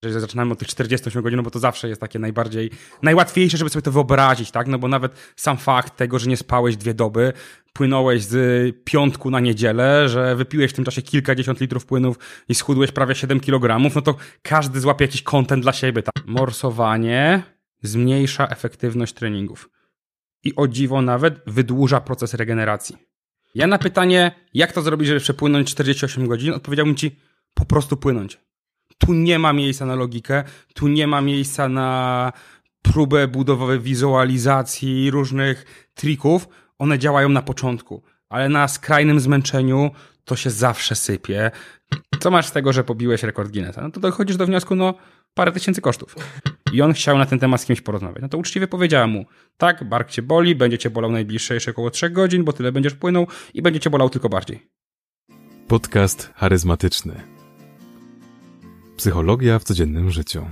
Jeżeli zaczynamy od tych 48 godzin, no bo to zawsze jest takie najłatwiejsze, żeby sobie to wyobrazić, tak? No bo nawet sam fakt tego, że nie spałeś 2 doby, płynąłeś z piątku na niedzielę, że wypiłeś w tym czasie kilkadziesiąt litrów płynów i schudłeś prawie 7 kg, no to każdy złapie jakiś content dla siebie, tak? Morsowanie zmniejsza efektywność treningów i o dziwo nawet wydłuża proces regeneracji. Ja na pytanie, jak to zrobić, żeby przepłynąć 48 godzin, odpowiedziałbym ci, po prostu płynąć. Tu nie ma miejsca na logikę, tu nie ma miejsca na próbę budowy wizualizacji różnych trików. One działają na początku, ale na skrajnym zmęczeniu to się zawsze sypie. Co masz z tego, że pobiłeś rekord Guinnessa? No to dochodzisz do wniosku, no parę tysięcy kosztów. I on chciał na ten temat z kimś porozmawiać. No to uczciwie powiedziałem mu, tak, bark cię boli, będzie cię bolał najbliższe jeszcze około 3 godzin, bo tyle będziesz płynął i będzie cię bolał tylko bardziej. Podcast charyzmatyczny. Psychologia w codziennym życiu.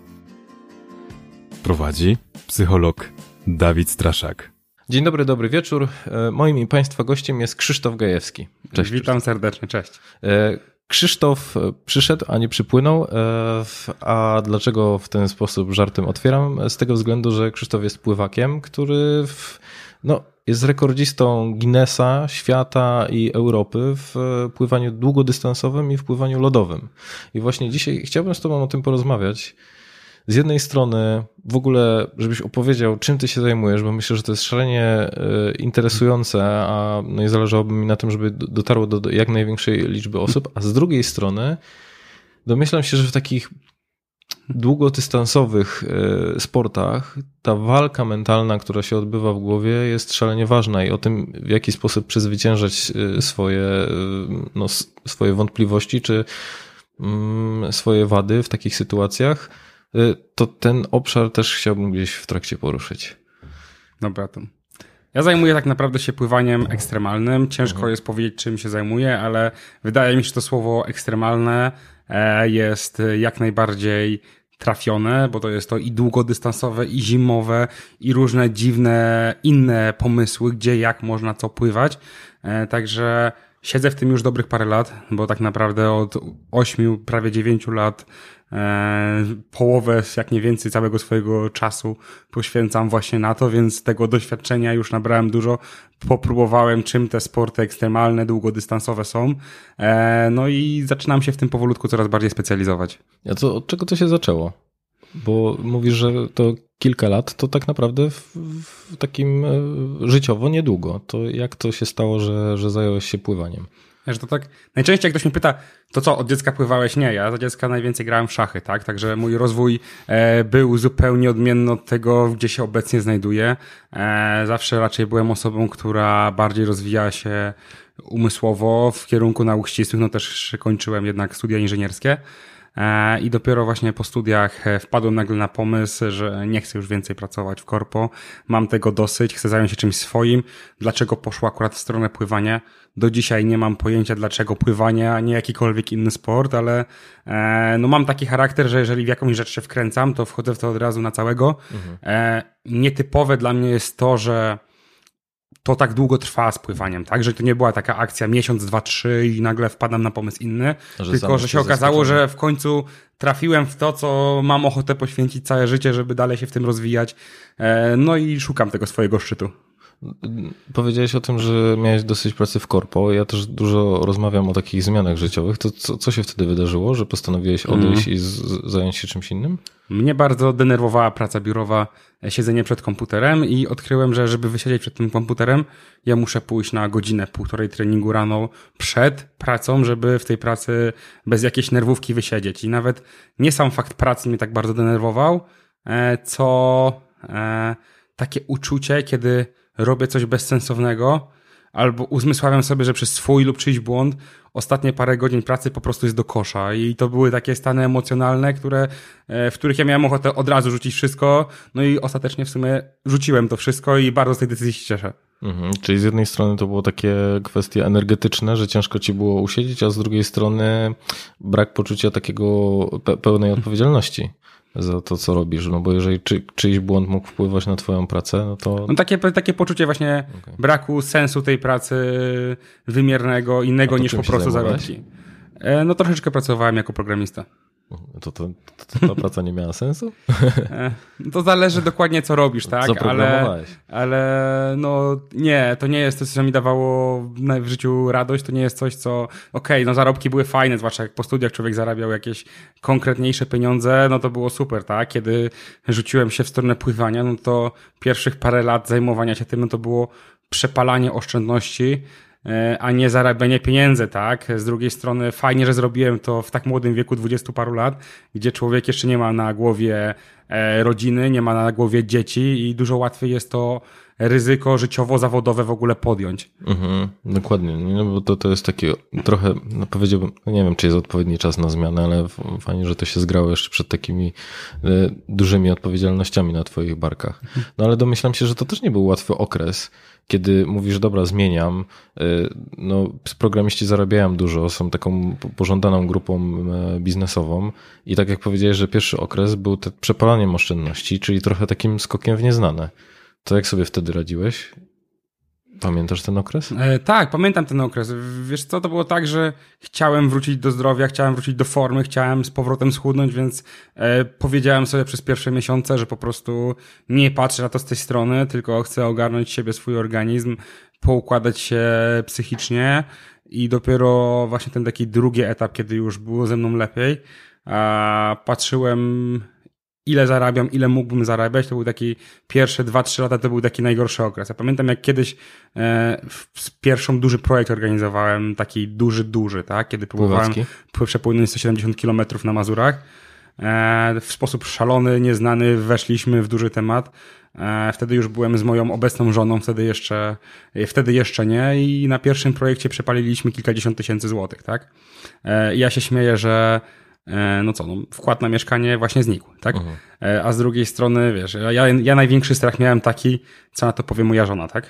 Prowadzi psycholog Dawid Straszak. Dzień dobry, dobry wieczór. Moim i Państwa gościem jest Krzysztof Gajewski. Cześć. Witam serdecznie, cześć. Krzysztof przyszedł, a nie przypłynął. A dlaczego w ten sposób żartem otwieram? Z tego względu, że Krzysztof jest pływakiem, który jest rekordzistą Guinnessa, świata i Europy w pływaniu długodystansowym i w pływaniu lodowym. I właśnie dzisiaj chciałbym z Tobą o tym porozmawiać. Z jednej strony w ogóle, żebyś opowiedział, czym ty się zajmujesz, bo myślę, że to jest szalenie interesujące, a no i zależałoby mi na tym, żeby dotarło do jak największej liczby osób, a z drugiej strony domyślam się, że w takich długodystansowych sportach ta walka mentalna, która się odbywa w głowie, jest szalenie ważna i o tym, w jaki sposób przezwyciężać swoje wątpliwości czy swoje wady w takich sytuacjach, to ten obszar też chciałbym gdzieś w trakcie poruszyć. Dobra, to ja zajmuję tak naprawdę się pływaniem ekstremalnym. Ciężko jest powiedzieć, czym się zajmuję, ale wydaje mi się, że to słowo ekstremalne jest jak najbardziej trafione, bo to jest to i długodystansowe, i zimowe, i różne dziwne inne pomysły, gdzie, jak można co pływać. Także siedzę w tym już dobrych parę lat, bo tak naprawdę od 8, prawie 9 lat połowę, jak nie więcej, całego swojego czasu poświęcam właśnie na to, więc tego doświadczenia już nabrałem dużo. Popróbowałem, czym te sporty ekstremalne, długodystansowe są. No i zaczynam się w tym powolutku coraz bardziej specjalizować. A to od czego to się zaczęło? Bo mówisz, że to kilka lat, to tak naprawdę w takim życiowo niedługo. To jak to się stało, że zająłeś się pływaniem? Że to tak, najczęściej jak ktoś mnie pyta, to co, od dziecka pływałeś? Nie, ja za dziecka najwięcej grałem w szachy, tak? Także mój rozwój był zupełnie odmienny od tego, gdzie się obecnie znajduję. Zawsze raczej byłem osobą, która bardziej rozwijała się umysłowo w kierunku nauk ścisłych, no też kończyłem jednak studia inżynierskie. I dopiero właśnie po studiach wpadłem nagle na pomysł, że nie chcę już więcej pracować w korpo, mam tego dosyć, chcę zająć się czymś swoim. Dlaczego poszło akurat w stronę pływania? Do dzisiaj nie mam pojęcia, dlaczego pływanie, a nie jakikolwiek inny sport, ale mam taki charakter, że jeżeli w jakąś rzecz się wkręcam, to wchodzę w to od razu na całego. Nietypowe dla mnie jest to, że to tak długo trwa z pływaniem, tak? Że to nie była taka akcja miesiąc, 2, 3 i nagle wpadam na pomysł inny, tylko że się okazało, że w końcu trafiłem w to, co mam ochotę poświęcić całe życie, żeby dalej się w tym rozwijać. No i szukam tego swojego szczytu. Powiedziałeś o tym, że miałeś dosyć pracy w korpo. Ja też dużo rozmawiam o takich zmianach życiowych. To co się wtedy wydarzyło, że postanowiłeś odejść i zająć się czymś innym? Mnie bardzo denerwowała praca biurowa, siedzenie przed komputerem i odkryłem, że żeby wysiedzieć przed tym komputerem, ja muszę pójść na godzinę, półtorej treningu rano przed pracą, żeby w tej pracy bez jakiejś nerwówki wysiedzieć. I nawet nie sam fakt pracy mnie tak bardzo denerwował, co takie uczucie, kiedy robię coś bezsensownego albo uzmysławiam sobie, że przez swój lub czyjś błąd ostatnie parę godzin pracy po prostu jest do kosza i to były takie stany emocjonalne, w których ja miałem ochotę od razu rzucić wszystko, no i ostatecznie w sumie rzuciłem to wszystko i bardzo z tej decyzji się cieszę. Czyli z jednej strony to było takie kwestie energetyczne, że ciężko ci było usiedzieć, a z drugiej strony brak poczucia takiego pełnej odpowiedzialności za to, co robisz, no bo jeżeli czyjś błąd mógł wpływać na twoją pracę, no to... No takie poczucie właśnie braku sensu tej pracy wymiernego, innego niż po prostu zarobki. No troszeczkę pracowałem jako programista. To ta praca nie miała sensu? To zależy dokładnie, co robisz, tak? Co programowałeś? Ale no nie, to nie jest to, co mi dawało w życiu radość, to nie jest coś, co no zarobki były fajne, zwłaszcza jak po studiach człowiek zarabiał jakieś konkretniejsze pieniądze, no to było super, tak? Kiedy rzuciłem się w stronę pływania, no to pierwszych parę lat zajmowania się tym, no to było przepalanie oszczędności, a nie zarabianie pieniędzy, tak? Z drugiej strony fajnie, że zrobiłem to w tak młodym wieku, 20 paru lat, gdzie człowiek jeszcze nie ma na głowie rodziny, nie ma na głowie dzieci i dużo łatwiej jest to ryzyko życiowo-zawodowe w ogóle podjąć. Dokładnie, no bo to jest takie trochę, no powiedziałbym, nie wiem, czy jest odpowiedni czas na zmianę, ale fajnie, że to się zgrało jeszcze przed takimi dużymi odpowiedzialnościami na twoich barkach. No ale domyślam się, że to też nie był łatwy okres, kiedy mówisz, dobra, zmieniam, no programiści zarabiają dużo, są taką pożądaną grupą biznesową i tak jak powiedziałeś, że pierwszy okres był przepalaniem oszczędności, czyli trochę takim skokiem w nieznane. To jak sobie wtedy radziłeś? Pamiętasz ten okres? Tak, pamiętam ten okres. Wiesz co, to było tak, że chciałem wrócić do zdrowia, chciałem wrócić do formy, chciałem z powrotem schudnąć, więc powiedziałem sobie przez pierwsze miesiące, że po prostu nie patrzę na to z tej strony, tylko chcę ogarnąć siebie, swój organizm, poukładać się psychicznie i dopiero właśnie ten taki drugi etap, kiedy już było ze mną lepiej, patrzyłem ile zarabiam, ile mógłbym zarabiać, to był taki pierwsze 2-3 lata, to był taki najgorszy okres. Ja pamiętam, jak kiedyś pierwszą duży projekt organizowałem, taki duży, tak? Kiedy próbowałem przepłynąć 170 km na Mazurach. W sposób szalony, nieznany, weszliśmy w duży temat. Wtedy już byłem z moją obecną żoną, wtedy jeszcze nie i na pierwszym projekcie przepaliliśmy kilkadziesiąt tysięcy złotych, tak? Ja się śmieję, że wkład na mieszkanie właśnie znikł, tak? A z drugiej strony, wiesz, ja największy strach miałem taki, co na to powie moja żona, tak?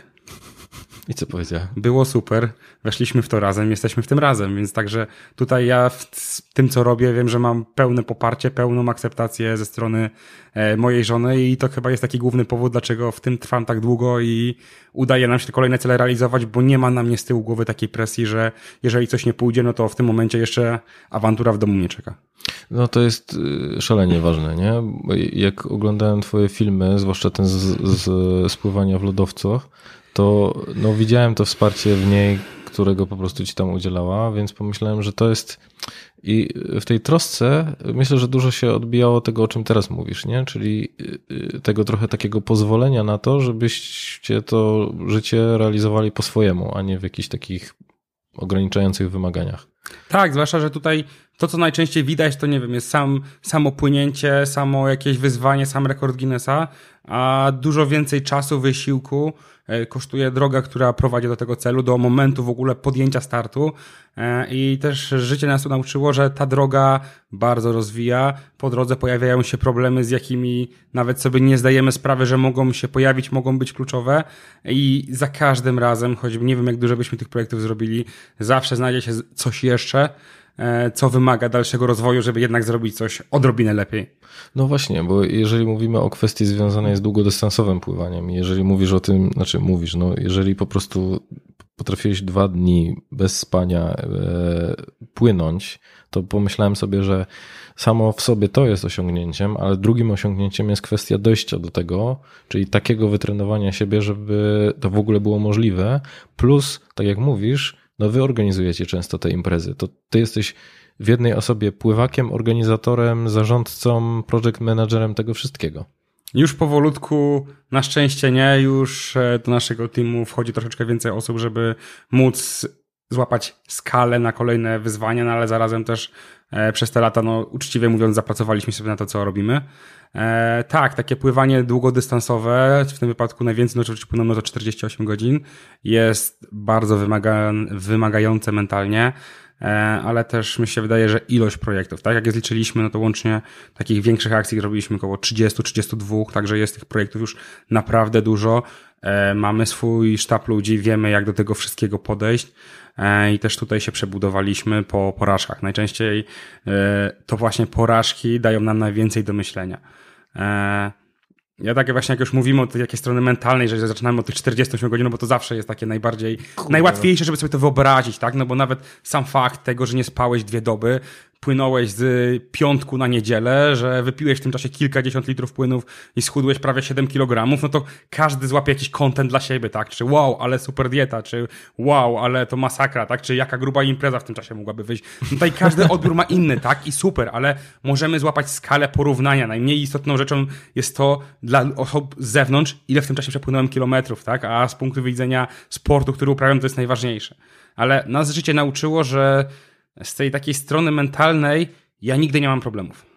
I co powiedziała? Było super, weszliśmy w to razem, jesteśmy w tym razem, więc także tutaj ja w tym, co robię, wiem, że mam pełne poparcie, pełną akceptację ze strony mojej żony i to chyba jest taki główny powód, dlaczego w tym trwam tak długo i udaje nam się te kolejne cele realizować, bo nie ma na mnie z tyłu głowy takiej presji, że jeżeli coś nie pójdzie, no to w tym momencie jeszcze awantura w domu mnie czeka. No to jest szalenie ważne, nie? Jak oglądałem twoje filmy, zwłaszcza ten z spływania w lodowcach, to no, widziałem to wsparcie w niej, którego po prostu ci tam udzielała, więc pomyślałem, że to jest i w tej trosce myślę, że dużo się odbijało tego, o czym teraz mówisz, nie? Czyli tego trochę takiego pozwolenia na to, żebyście to życie realizowali po swojemu, a nie w jakichś takich ograniczających wymaganiach. Tak, zwłaszcza, że tutaj to, co najczęściej widać, to nie wiem, jest samo płynięcie, samo jakieś wyzwanie, sam rekord Guinnessa, a dużo więcej czasu, wysiłku kosztuje droga, która prowadzi do tego celu, do momentu w ogóle podjęcia startu i też życie nas tu nauczyło, że ta droga bardzo rozwija, po drodze pojawiają się problemy, z jakimi nawet sobie nie zdajemy sprawy, że mogą się pojawić, mogą być kluczowe i za każdym razem, choćby nie wiem jak dużo byśmy tych projektów zrobili, zawsze znajdzie się coś jeszcze, co wymaga dalszego rozwoju, żeby jednak zrobić coś odrobinę lepiej. No właśnie, bo jeżeli mówimy o kwestii związanej z długodystansowym pływaniem, jeżeli mówisz o tym, jeżeli po prostu potrafiłeś 2 dni bez spania płynąć, to pomyślałem sobie, że samo w sobie to jest osiągnięciem, ale drugim osiągnięciem jest kwestia dojścia do tego, czyli takiego wytrenowania siebie, żeby to w ogóle było możliwe, plus, tak jak mówisz, no wy organizujecie często te imprezy, to ty jesteś w jednej osobie pływakiem, organizatorem, zarządcą, project managerem tego wszystkiego. Już powolutku, na szczęście nie, już do naszego teamu wchodzi troszeczkę więcej osób, żeby móc złapać skalę na kolejne wyzwania, no ale zarazem też przez te lata, no uczciwie mówiąc, zapracowaliśmy sobie na to, co robimy. Tak, takie pływanie długodystansowe, w tym wypadku najwięcej, no oczywiście płynąłem to 48 godzin, jest bardzo wymagające mentalnie, ale też mi się wydaje, że ilość projektów, tak jak je zliczyliśmy, no to łącznie takich większych akcji robiliśmy około 30-32, także jest tych projektów już naprawdę dużo. Mamy swój sztab ludzi, wiemy jak do tego wszystkiego podejść i też tutaj się przebudowaliśmy po porażkach. Najczęściej to właśnie porażki dają nam najwięcej do myślenia. Ja takie właśnie, jak już mówimy o tej jakiej strony mentalnej, że zaczynamy od tych 48 godzin, no bo to zawsze jest takie najłatwiejsze, żeby sobie to wyobrazić, tak? No bo nawet sam fakt tego, że nie spałeś 2 doby, płynąłeś z piątku na niedzielę, że wypiłeś w tym czasie kilkadziesiąt litrów płynów i schudłeś prawie 7 kg, no to każdy złapie jakiś content dla siebie, tak? Czy wow, ale super dieta, czy wow, ale to masakra, tak? Czy jaka gruba impreza w tym czasie mogłaby wyjść. No tutaj każdy odbiór ma inny, tak? I super, ale możemy złapać skalę porównania. Najmniej istotną rzeczą jest to dla osób z zewnątrz, ile w tym czasie przepłynąłem kilometrów, tak? A z punktu widzenia sportu, który uprawiam, to jest najważniejsze. Ale nas życie nauczyło, że z tej takiej strony mentalnej ja nigdy nie mam problemów.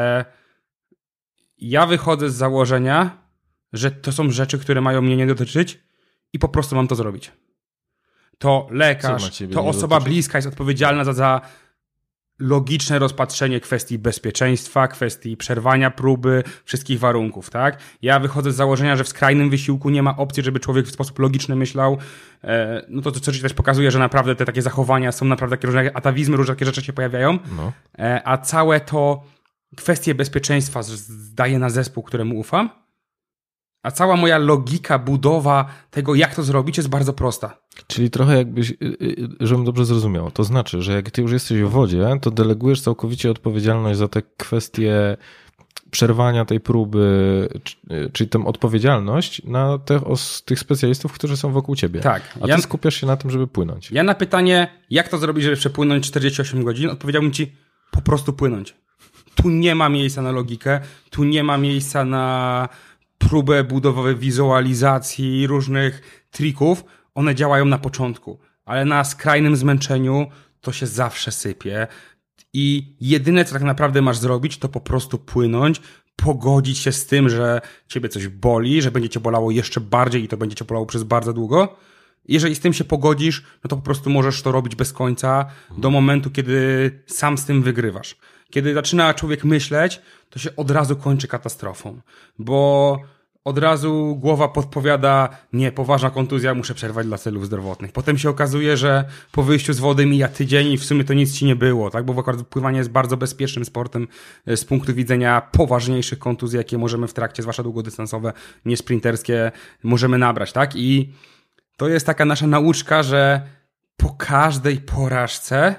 Ja wychodzę z założenia, że to są rzeczy, które mają mnie nie dotyczyć i po prostu mam to zrobić. To lekarz, to osoba bliska jest odpowiedzialna za logiczne rozpatrzenie kwestii bezpieczeństwa, kwestii przerwania próby, wszystkich warunków, tak? Ja wychodzę z założenia, że w skrajnym wysiłku nie ma opcji, żeby człowiek w sposób logiczny myślał. No to co też pokazuje, że naprawdę te takie zachowania są naprawdę takie różne atawizmy, różne takie rzeczy się pojawiają. No. A całe to kwestie bezpieczeństwa zdaje na zespół, któremu ufam. A cała moja logika, budowa tego, jak to zrobić, jest bardzo prosta. Czyli trochę jakbyś, żebym dobrze zrozumiał, to znaczy, że jak ty już jesteś w wodzie, to delegujesz całkowicie odpowiedzialność za te kwestie przerwania tej próby, czyli tę odpowiedzialność na tych specjalistów, którzy są wokół ciebie. Tak. A ty skupiasz się na tym, żeby płynąć. Ja na pytanie, jak to zrobić, żeby przepłynąć 48 godzin, odpowiedziałbym ci, po prostu płynąć. Tu nie ma miejsca na logikę, tu nie ma miejsca na próbę budowy wizualizacji, różnych trików. One działają na początku, ale na skrajnym zmęczeniu to się zawsze sypie i jedyne, co tak naprawdę masz zrobić, to po prostu płynąć, pogodzić się z tym, że ciebie coś boli, że będzie cię bolało jeszcze bardziej i to będzie cię bolało przez bardzo długo. Jeżeli z tym się pogodzisz, no to po prostu możesz to robić bez końca do momentu, kiedy sam z tym wygrywasz. Kiedy zaczyna człowiek myśleć, to się od razu kończy katastrofą, bo od razu głowa podpowiada, nie, poważna kontuzja, muszę przerwać dla celów zdrowotnych. Potem się okazuje, że po wyjściu z wody mija tydzień i w sumie to nic ci nie było, tak? Bo akurat pływanie jest bardzo bezpiecznym sportem z punktu widzenia poważniejszych kontuzji, jakie możemy w trakcie, zwłaszcza długodystansowe, nie sprinterskie, możemy nabrać, tak? I to jest taka nasza nauczka, że po każdej porażce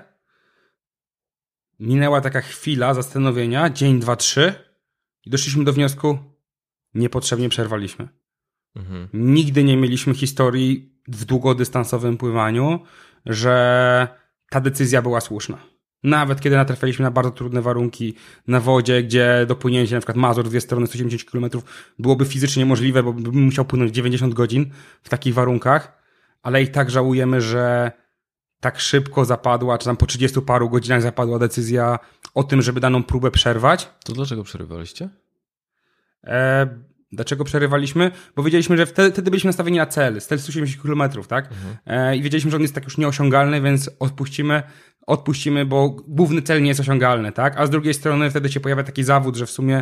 minęła taka chwila zastanowienia, dzień, 2, 3 i doszliśmy do wniosku, niepotrzebnie przerwaliśmy. Nigdy nie mieliśmy historii w długodystansowym pływaniu, że ta decyzja była słuszna. Nawet kiedy natrafiliśmy na bardzo trudne warunki na wodzie, gdzie dopłynięcie na przykład Mazur w dwie strony 180 km byłoby fizycznie niemożliwe, bo bym musiał płynąć 90 godzin w takich warunkach, ale i tak żałujemy, że tak szybko zapadła, czy tam po 30 paru godzinach zapadła decyzja o tym, żeby daną próbę przerwać. To dlaczego przerywaliście? Dlaczego przerywaliśmy? Bo wiedzieliśmy, że wtedy byliśmy nastawieni na cel 170 km, tak? I wiedzieliśmy, że on jest tak już nieosiągalny, więc odpuścimy, bo główny cel nie jest osiągalny, tak? A z drugiej strony wtedy się pojawia taki zawód, że w sumie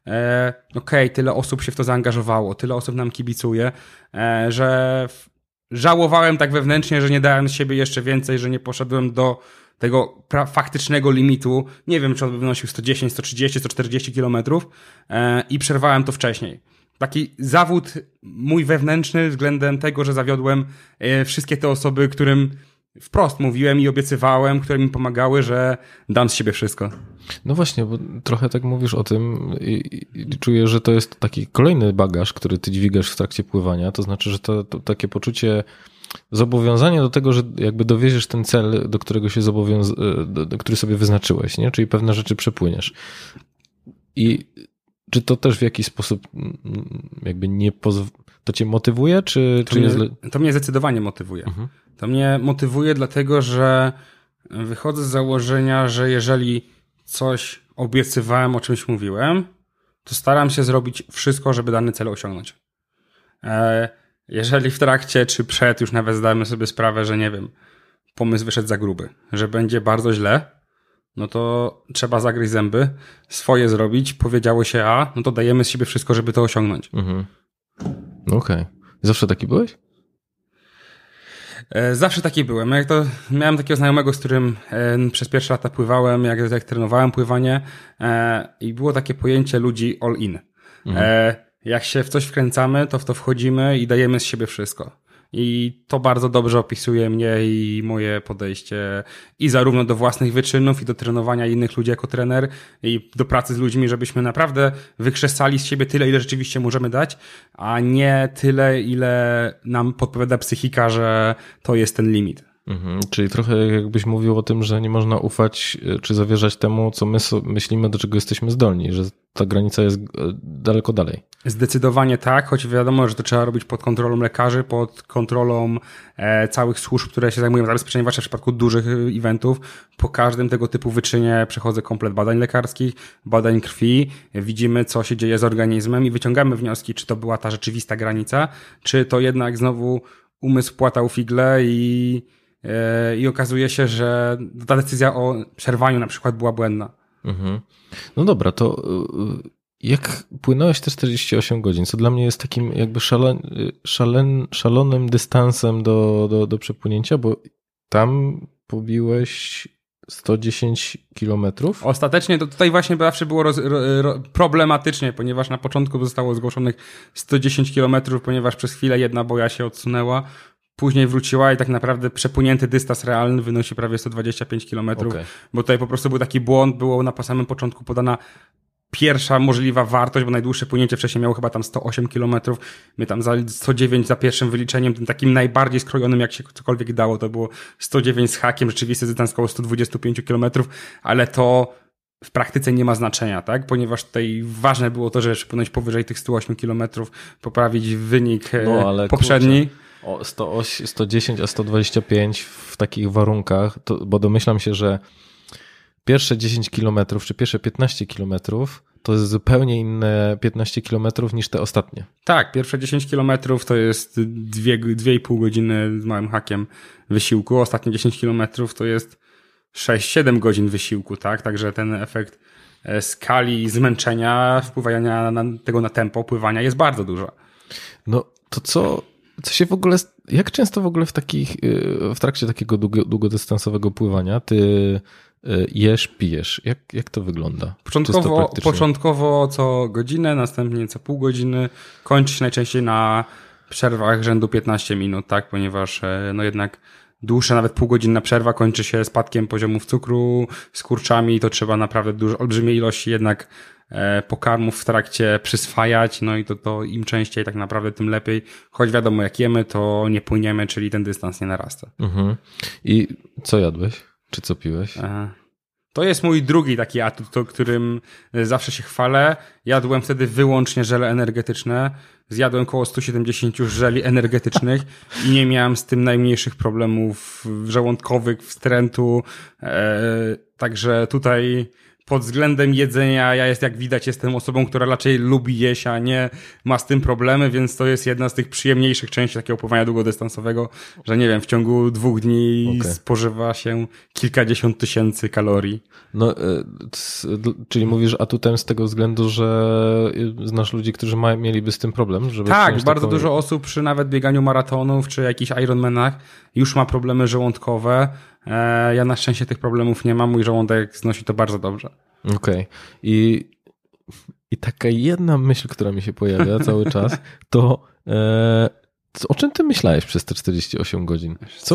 tyle osób się w to zaangażowało, tyle osób nam kibicuje, że żałowałem tak wewnętrznie, że nie dałem z siebie jeszcze więcej, że nie poszedłem do tego faktycznego limitu. Nie wiem, czy on by wynosił 110, 130, 140 kilometrów i przerwałem to wcześniej. Taki zawód mój wewnętrzny względem tego, że zawiodłem wszystkie te osoby, którym wprost mówiłem i obiecywałem, które mi pomagały, że dam z siebie wszystko. No właśnie, bo trochę tak mówisz o tym i czuję, że to jest taki kolejny bagaż, który ty dźwigasz w trakcie pływania. To znaczy, że to takie poczucie zobowiązania do tego, że jakby dowieziesz ten cel, do którego się który sobie wyznaczyłeś, nie? Czyli pewne rzeczy przepłyniesz. I czy to też w jakiś sposób jakby to cię motywuje, czy to mnie zdecydowanie motywuje. To mnie motywuje dlatego, że wychodzę z założenia, że jeżeli coś obiecywałem, o czymś mówiłem, to staram się zrobić wszystko, żeby dany cel osiągnąć. Jeżeli w trakcie czy przed już nawet zdamy sobie sprawę, że nie wiem, pomysł wyszedł za gruby, że będzie bardzo źle, no to trzeba zagryźć zęby, swoje zrobić, powiedziało się A, no to dajemy z siebie wszystko, żeby to osiągnąć. Okej. Zawsze taki byłeś? Zawsze taki byłem. Miałem takiego znajomego, z którym przez pierwsze lata pływałem, jak trenowałem pływanie i było takie pojęcie ludzi all in. Jak się w coś wkręcamy, to w to wchodzimy i dajemy z siebie wszystko. I to bardzo dobrze opisuje mnie i moje podejście i zarówno do własnych wyczynów, i do trenowania innych ludzi jako trener, i do pracy z ludźmi, żebyśmy naprawdę wykrzesali z siebie tyle, ile rzeczywiście możemy dać, a nie tyle, ile nam podpowiada psychika, że to jest ten limit. Czyli trochę jakbyś mówił o tym, że nie można ufać czy zawierzać temu, co my myślimy, do czego jesteśmy zdolni, że ta granica jest daleko dalej. Zdecydowanie tak, choć wiadomo, że to trzeba robić pod kontrolą lekarzy, pod kontrolą całych służb, które się zajmują zabezpieczeniem, zwłaszcza w przypadku dużych eventów. Po każdym tego typu wyczynie przechodzę komplet badań lekarskich, badań krwi, widzimy, co się dzieje z organizmem i wyciągamy wnioski, czy to była ta rzeczywista granica, czy to jednak znowu umysł płatał figle i okazuje się, że ta decyzja o przerwaniu na przykład była błędna. No dobra, to jak płynąłeś te 48 godzin, co dla mnie jest takim jakby szalonym dystansem do przepłynięcia, bo tam pobiłeś 110 kilometrów? Ostatecznie to tutaj właśnie zawsze było problematycznie, ponieważ na początku zostało zgłoszonych 110 kilometrów, ponieważ przez chwilę jedna boja się odsunęła. Później wróciła i tak naprawdę przepłynięty dystans realny wynosi prawie 125 km, bo tutaj po prostu był taki błąd, było na samym początku podana pierwsza możliwa wartość, bo najdłuższe płynięcie wcześniej miało chyba tam 108 km, my tam za 109 za pierwszym wyliczeniem, tym takim najbardziej skrojonym jak się cokolwiek dało, to było 109 z hakiem, rzeczywiście dystans około 125 km, ale to w praktyce nie ma znaczenia, tak? Ponieważ tutaj ważne było to, żeby przepłynąć powyżej tych 108 km, poprawić wynik poprzedni. O 110, a 125 w takich warunkach, bo domyślam się, że pierwsze 10 kilometrów, czy pierwsze 15 kilometrów to jest zupełnie inne 15 kilometrów niż te ostatnie. Tak, pierwsze 10 kilometrów to jest 2,5 godziny z małym hakiem wysiłku, ostatnie 10 kilometrów to jest 6-7 godzin wysiłku, tak? Także ten efekt skali zmęczenia, wpływania na tempo pływania jest bardzo dużo. No to co się w ogóle, jak często w ogóle w trakcie takiego długodystansowego pływania ty jesz, pijesz? Jak to wygląda? Początkowo co godzinę, następnie co pół godziny, kończy się najczęściej na przerwach rzędu 15 minut, tak? Ponieważ no jednak dłuższa, nawet półgodzinna przerwa kończy się spadkiem poziomów cukru, skurczami i to trzeba naprawdę olbrzymie ilości jednak pokarmów w trakcie przyswajać, no i to im częściej tak naprawdę tym lepiej, choć wiadomo jak jemy, to nie płyniemy, czyli ten dystans nie narasta. I co jadłeś? Czy co piłeś? To jest mój drugi taki atut, którym zawsze się chwalę. Jadłem wtedy wyłącznie żele energetyczne. Zjadłem około 170 żeli energetycznych i nie miałem z tym najmniejszych problemów żołądkowych, wstrętu. Także tutaj pod względem jedzenia jak widać jestem osobą, która raczej lubi jeść, a nie ma z tym problemy, więc to jest jedna z tych przyjemniejszych części takiego pływania długodystansowego, że nie wiem, w ciągu 2 dni spożywa się kilkadziesiąt tysięcy kalorii. No, czyli mówisz atutem z tego względu, że znasz ludzi, którzy mieliby z tym problem? Żeby tak, bardzo dużo osób przy nawet bieganiu maratonów czy jakichś Ironmanach już ma problemy żołądkowe. Ja na szczęście tych problemów nie mam, mój żołądek znosi to bardzo dobrze. Okej. I taka jedna myśl, która mi się pojawia cały czas, to o czym ty myślałeś przez te 48 godzin?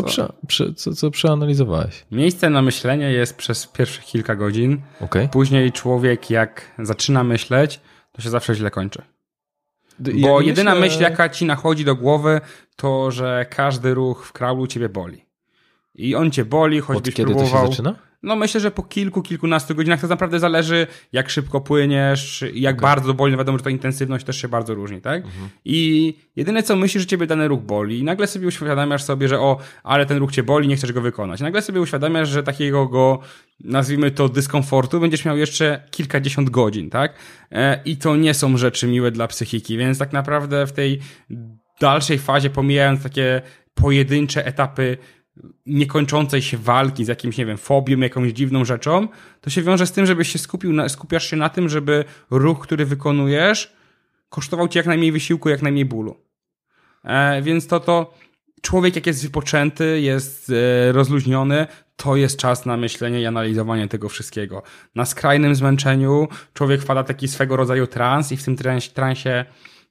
Co przeanalizowałeś? Miejsce na myślenie jest przez pierwszych kilka godzin. Później człowiek jak zaczyna myśleć, to się zawsze źle kończy. Bo jedyna myśl, jaka ci nachodzi do głowy, to, że każdy ruch w kraulu ciebie boli. I on cię boli, choćbyś próbował... Kiedy to się zaczyna? No myślę, że po kilkunastu godzinach to naprawdę zależy, jak szybko płyniesz, jak bardzo boli. No wiadomo, że ta intensywność też się bardzo różni, tak? I jedyne co myślisz, że ciebie dany ruch boli i nagle sobie uświadamiasz sobie, że ale ten ruch cię boli, nie chcesz go wykonać. I nagle sobie uświadamiasz, że takiego nazwijmy to dyskomfortu, będziesz miał jeszcze kilkadziesiąt godzin, tak? I to nie są rzeczy miłe dla psychiki, więc tak naprawdę w tej dalszej fazie, pomijając takie pojedyncze etapy niekończącej się walki z jakimś, nie wiem, fobią, jakąś dziwną rzeczą, to się wiąże z tym, żebyś się skupiasz się na tym, żeby ruch, który wykonujesz, kosztował ci jak najmniej wysiłku, jak najmniej bólu. Więc to człowiek jak jest wypoczęty, jest rozluźniony, to jest czas na myślenie i analizowanie tego wszystkiego. Na skrajnym zmęczeniu człowiek wpada taki swego rodzaju trans i w tym transie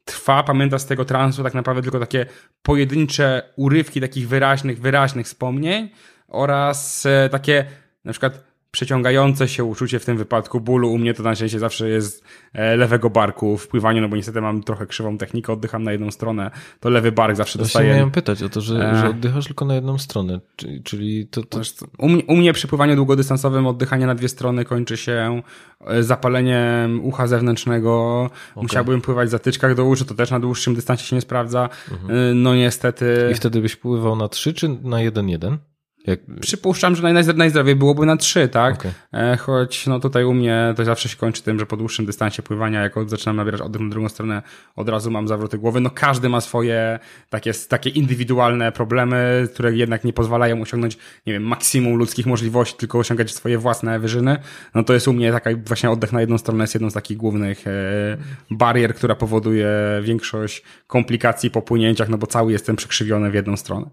trwa, pamiętasz z tego transu tak naprawdę tylko takie pojedyncze urywki takich wyraźnych wspomnień oraz takie na przykład przeciągające się uczucie w tym wypadku bólu. U mnie to na szczęście zawsze jest lewego barku w pływaniu, no bo niestety mam trochę krzywą technikę, oddycham na jedną stronę, to lewy bark zawsze dostaje. Miałem pytać o to, że oddychasz tylko na jedną stronę, czyli to... U mnie przy pływaniu długodystansowym oddychanie na dwie strony kończy się zapaleniem ucha zewnętrznego. Okay. Musiałbym pływać w zatyczkach do uszu, to też na dłuższym dystansie się nie sprawdza. No niestety... I wtedy byś pływał na 3 czy na 1-1? Przypuszczam, że najzdrowiej byłoby na 3, tak? Okay. Choć no tutaj u mnie to zawsze się kończy tym, że po dłuższym dystansie pływania, jak zaczynam nabierać oddech na drugą stronę, od razu mam zawroty głowy. No każdy ma swoje takie indywidualne problemy, które jednak nie pozwalają osiągnąć, nie wiem, maksimum ludzkich możliwości, tylko osiągać swoje własne wyżyny. No to jest u mnie taka właśnie oddech na jedną stronę jest jedną z takich głównych barier, która powoduje większość komplikacji po płynięciach, no bo cały jestem przekrzywiony w jedną stronę.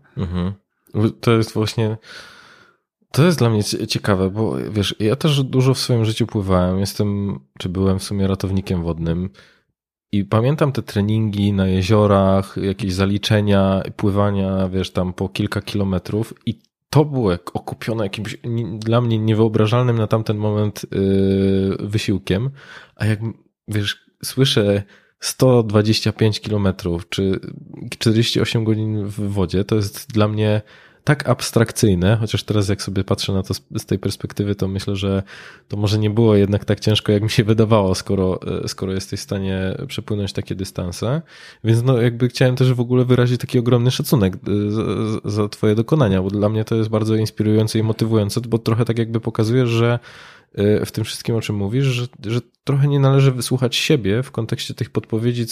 To jest właśnie, to jest dla mnie ciekawe, bo wiesz, ja też dużo w swoim życiu pływałem, byłem w sumie ratownikiem wodnym i pamiętam te treningi na jeziorach, jakieś zaliczenia, pływania, wiesz, tam po kilka kilometrów i to było okupione jakimś dla mnie niewyobrażalnym na tamten moment wysiłkiem, a jak, wiesz, słyszę 125 kilometrów czy 48 godzin w wodzie, to jest dla mnie tak abstrakcyjne, chociaż teraz jak sobie patrzę na to z tej perspektywy, to myślę, że to może nie było jednak tak ciężko, jak mi się wydawało, skoro jesteś w stanie przepłynąć takie dystanse. Więc no jakby chciałem też w ogóle wyrazić taki ogromny szacunek za twoje dokonania, bo dla mnie to jest bardzo inspirujące i motywujące, bo trochę tak jakby pokazujesz, że w tym wszystkim, o czym mówisz, że trochę nie należy wysłuchać siebie w kontekście tych podpowiedzi,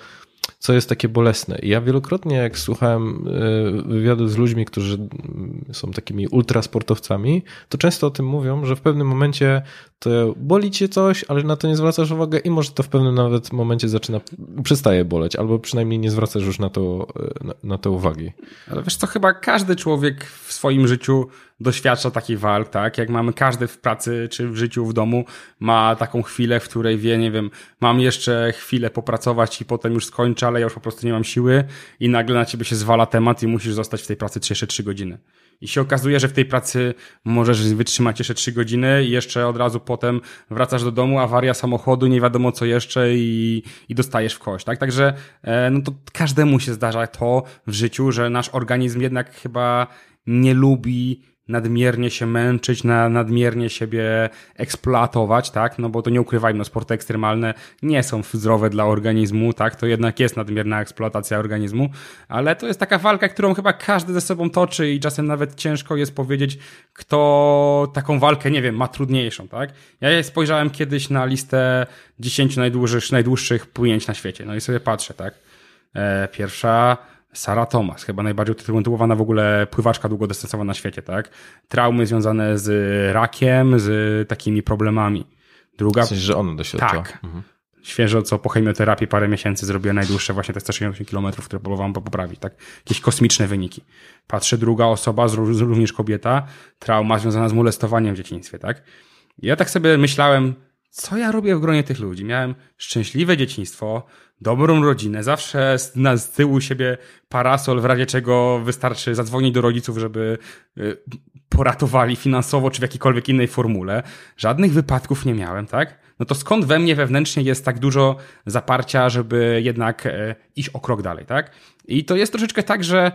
co jest takie bolesne. I ja wielokrotnie, jak słuchałem wywiadów z ludźmi, którzy są takimi ultrasportowcami, to często o tym mówią, że w pewnym momencie to boli cię coś, ale na to nie zwracasz uwagi i może to w pewnym nawet momencie przestaje boleć, albo przynajmniej nie zwracasz już na to uwagi. Ale wiesz co, chyba każdy człowiek w swoim życiu doświadcza takich walk, tak? Jak mamy każdy w pracy czy w życiu w domu ma taką chwilę, w której wie, nie wiem, mam jeszcze chwilę popracować i potem już skończę, ale ja już po prostu nie mam siły i nagle na ciebie się zwala temat i musisz zostać w tej pracy jeszcze 3 godziny. I się okazuje, że w tej pracy możesz wytrzymać jeszcze 3 godziny i jeszcze od razu potem wracasz do domu, awaria samochodu, nie wiadomo co jeszcze i dostajesz w kość, tak? Także no to każdemu się zdarza to w życiu, że nasz organizm jednak chyba nie lubi nadmiernie się męczyć, nadmiernie siebie eksploatować, tak? No bo to nie ukrywajmy, no sporty ekstremalne nie są zdrowe dla organizmu, tak? To jednak jest nadmierna eksploatacja organizmu, ale to jest taka walka, którą chyba każdy ze sobą toczy i czasem nawet ciężko jest powiedzieć, kto taką walkę, nie wiem, ma trudniejszą, tak? Ja spojrzałem kiedyś na listę 10 najdłuższych płynięć na świecie, no i sobie patrzę, tak? Pierwsza Sarah Thomas, chyba najbardziej utytułowana w ogóle pływaczka długodystansowa na świecie, tak? Traumy związane z rakiem, z takimi problemami. Druga... W sensie, że ona doświadczyła. Tak. Świeżo co po chemioterapii parę miesięcy zrobiła najdłuższe właśnie te 168 km, które próbowałam poprawić, tak? Jakieś kosmiczne wyniki. Patrzę, druga osoba, również kobieta, trauma związana z molestowaniem w dzieciństwie, tak? I ja tak sobie myślałem, co ja robię w gronie tych ludzi? Miałem szczęśliwe dzieciństwo, dobrą rodzinę, zawsze z tyłu siebie parasol, w razie czego wystarczy zadzwonić do rodziców, żeby poratowali finansowo czy w jakiejkolwiek innej formule. Żadnych wypadków nie miałem, tak? No to skąd we mnie wewnętrznie jest tak dużo zaparcia, żeby jednak iść o krok dalej, tak? I to jest troszeczkę tak, że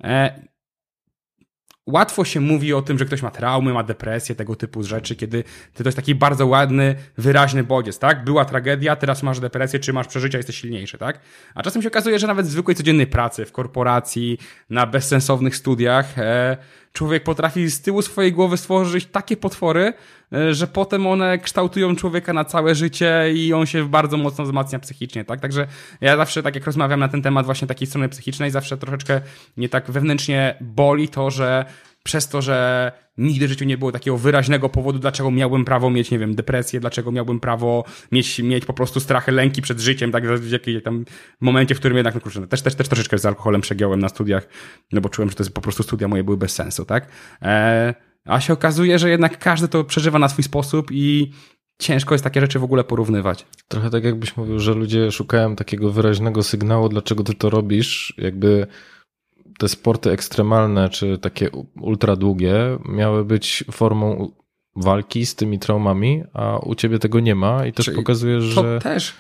łatwo się mówi o tym, że ktoś ma traumy, ma depresję, tego typu rzeczy, kiedy to jest taki bardzo ładny, wyraźny bodziec, tak? Była tragedia, teraz masz depresję, czy masz przeżycia, jesteś silniejszy, tak? A czasem się okazuje, że nawet w zwykłej codziennej pracy, w korporacji, na bezsensownych studiach, człowiek potrafi z tyłu swojej głowy stworzyć takie potwory, że potem one kształtują człowieka na całe życie i on się bardzo mocno wzmacnia psychicznie, tak? Także ja zawsze, tak jak rozmawiam na ten temat właśnie takiej strony psychicznej, zawsze troszeczkę mnie tak wewnętrznie boli to, że przez to, że nigdy w życiu nie było takiego wyraźnego powodu, dlaczego miałbym prawo mieć, nie wiem, depresję, dlaczego miałbym prawo mieć po prostu strachy, lęki przed życiem, tak, w jakimś tam momencie, w którym jednak, no kurczę, też troszeczkę z alkoholem przegiąłem na studiach, no bo czułem, że to jest po prostu studia moje były bez sensu, tak? A się okazuje, że jednak każdy to przeżywa na swój sposób i ciężko jest takie rzeczy w ogóle porównywać. Trochę tak jakbyś mówił, że ludzie szukają takiego wyraźnego sygnału, dlaczego ty to robisz, jakby te sporty ekstremalne, czy takie ultra długie miały być formą walki z tymi traumami, a u ciebie tego nie ma i też pokazujesz, że...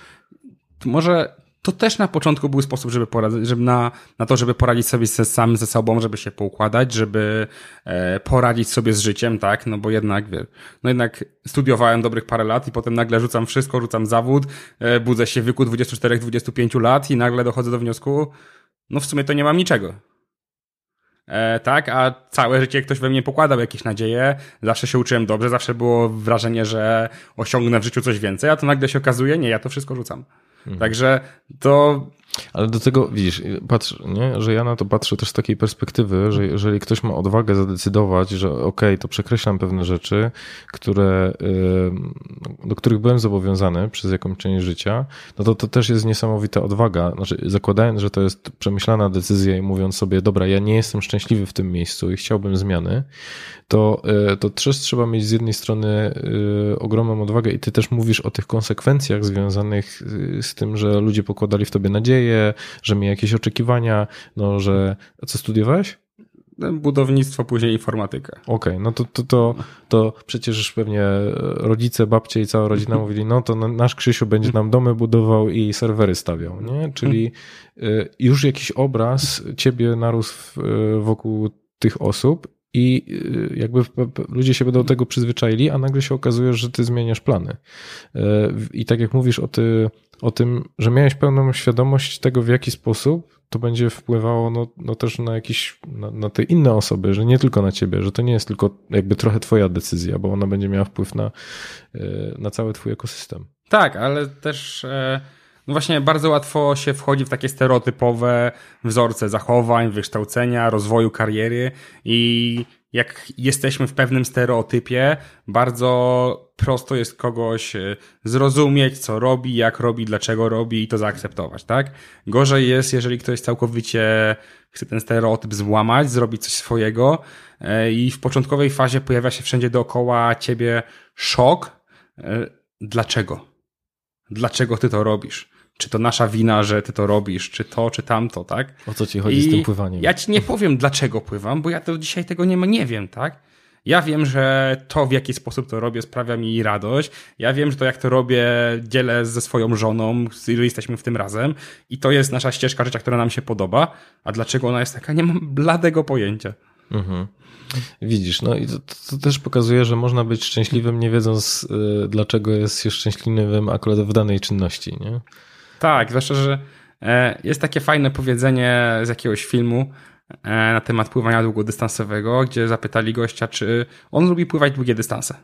To też na początku był sposób, żeby poradzić sobie sam ze sobą, żeby się poukładać, żeby poradzić sobie z życiem, tak? No bo jednak, jednak studiowałem dobrych parę lat i potem nagle rzucam wszystko, rzucam zawód, budzę się w wieku 24-25 lat i nagle dochodzę do wniosku, no w sumie to nie mam niczego. Tak, a całe życie ktoś we mnie pokładał jakieś nadzieje, zawsze się uczyłem dobrze, zawsze było wrażenie, że osiągnę w życiu coś więcej, a to nagle się okazuje, nie, ja to wszystko rzucam. Także to... Ale do tego, widzisz, patrz, nie? Że ja na to patrzę też z takiej perspektywy, że jeżeli ktoś ma odwagę zadecydować, że okej, to przekreślam pewne rzeczy, do których byłem zobowiązany przez jakąś część życia, no to też jest niesamowita odwaga. Znaczy, zakładając, że to jest przemyślana decyzja i mówiąc sobie, dobra, ja nie jestem szczęśliwy w tym miejscu i chciałbym zmiany, to też trzeba mieć z jednej strony ogromną odwagę i ty też mówisz o tych konsekwencjach związanych z tym, że ludzie pokładali w tobie nadzieję, że mieli jakieś oczekiwania, no że... A co studiowałeś? Budownictwo, później informatykę. Okej, no to przecież już pewnie rodzice, babcie i cała rodzina mówili, no to nasz Krzysiu będzie nam domy budował i serwery stawiał, nie? Czyli już jakiś obraz ciebie narósł wokół tych osób i jakby ludzie się będą do tego przyzwyczaili, a nagle się okazuje, że ty zmieniasz plany. I tak jak mówisz o tym, że miałeś pełną świadomość tego, w jaki sposób to będzie wpływało no też na te inne osoby, że nie tylko na ciebie, że to nie jest tylko jakby trochę twoja decyzja, bo ona będzie miała wpływ na cały twój ekosystem. Tak, ale też no właśnie bardzo łatwo się wchodzi w takie stereotypowe wzorce zachowań, wykształcenia, rozwoju kariery i jak jesteśmy w pewnym stereotypie, bardzo prosto jest kogoś zrozumieć, co robi, jak robi, dlaczego robi i to zaakceptować, tak? Gorzej jest, jeżeli ktoś całkowicie chce ten stereotyp złamać, zrobić coś swojego i w początkowej fazie pojawia się wszędzie dookoła ciebie szok. Dlaczego? Dlaczego ty to robisz? Czy to nasza wina, że ty to robisz, czy to, czy tamto, tak? O co ci chodzi z tym pływaniem? Ja ci nie powiem, dlaczego pływam, bo ja to dzisiaj tego nie wiem, tak? Ja wiem, że to, w jaki sposób to robię, sprawia mi radość. Ja wiem, że to, jak to robię, dzielę ze swoją żoną, jeżeli jesteśmy w tym razem. I to jest nasza ścieżka życia, która nam się podoba. A dlaczego ona jest taka? Nie mam bladego pojęcia. Mhm. Widzisz, no i to też pokazuje, że można być szczęśliwym, nie wiedząc, dlaczego jest się szczęśliwym akurat w danej czynności, nie? Tak, zwłaszcza, że jest takie fajne powiedzenie z jakiegoś filmu na temat pływania długodystansowego, gdzie zapytali gościa, czy on lubi pływać długie dystanse.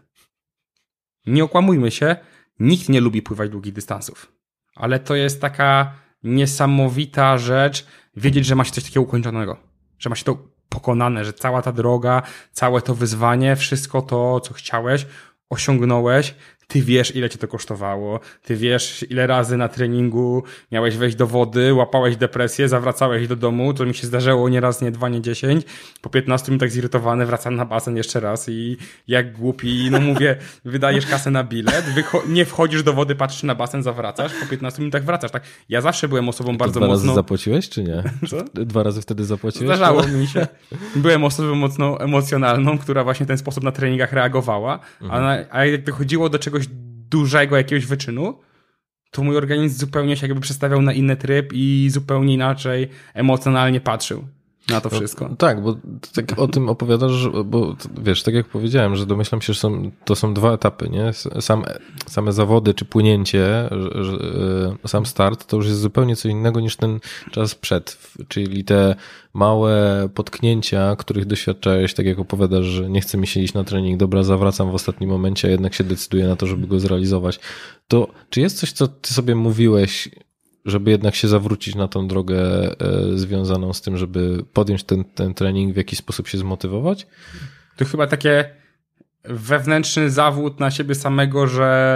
Nie okłamujmy się, nikt nie lubi pływać długich dystansów. Ale to jest taka niesamowita rzecz, wiedzieć, że ma się coś takiego ukończonego, że ma się to pokonane, że cała ta droga, całe to wyzwanie, wszystko to, co chciałeś, osiągnąłeś, ty wiesz, ile cię to kosztowało, ty wiesz, ile razy na treningu miałeś wejść do wody, łapałeś depresję, zawracałeś do domu, to mi się zdarzyło nie raz, nie dwa, nie 10, po 15 minutach zirytowany, wracam na basen jeszcze raz i jak głupi, no mówię, wydajesz kasę na bilet, nie wchodzisz do wody, patrzysz na basen, zawracasz, po 15 minutach wracasz, tak? Ja zawsze byłem osobą bardzo mocno... 2 razy zapłaciłeś, czy nie? Co? 2 razy wtedy zapłaciłeś? Zdarzało mi się. Byłem osobą mocno emocjonalną, która właśnie w ten sposób na treningach reagowała, a jak dochodziło do czegoś dużego jakiegoś wyczynu, to mój organizm zupełnie się jakby przestawiał na inny tryb i zupełnie inaczej emocjonalnie patrzył na to wszystko. No, tak, bo tak o tym opowiadasz, bo wiesz, tak jak powiedziałem, że domyślam się, że to są 2 etapy, nie? Same zawody czy płynięcie, sam start, to już jest zupełnie co innego niż ten czas przed, czyli te małe potknięcia, których doświadczałeś, tak jak opowiadasz, że nie chce mi się iść na trening, dobra, zawracam w ostatnim momencie, a jednak się decyduję na to, żeby go zrealizować. To czy jest coś, co ty sobie mówiłeś, żeby jednak się zawrócić na tą drogę związaną z tym, żeby podjąć ten trening, w jakiś sposób się zmotywować? To chyba takie wewnętrzny zawód na siebie samego, że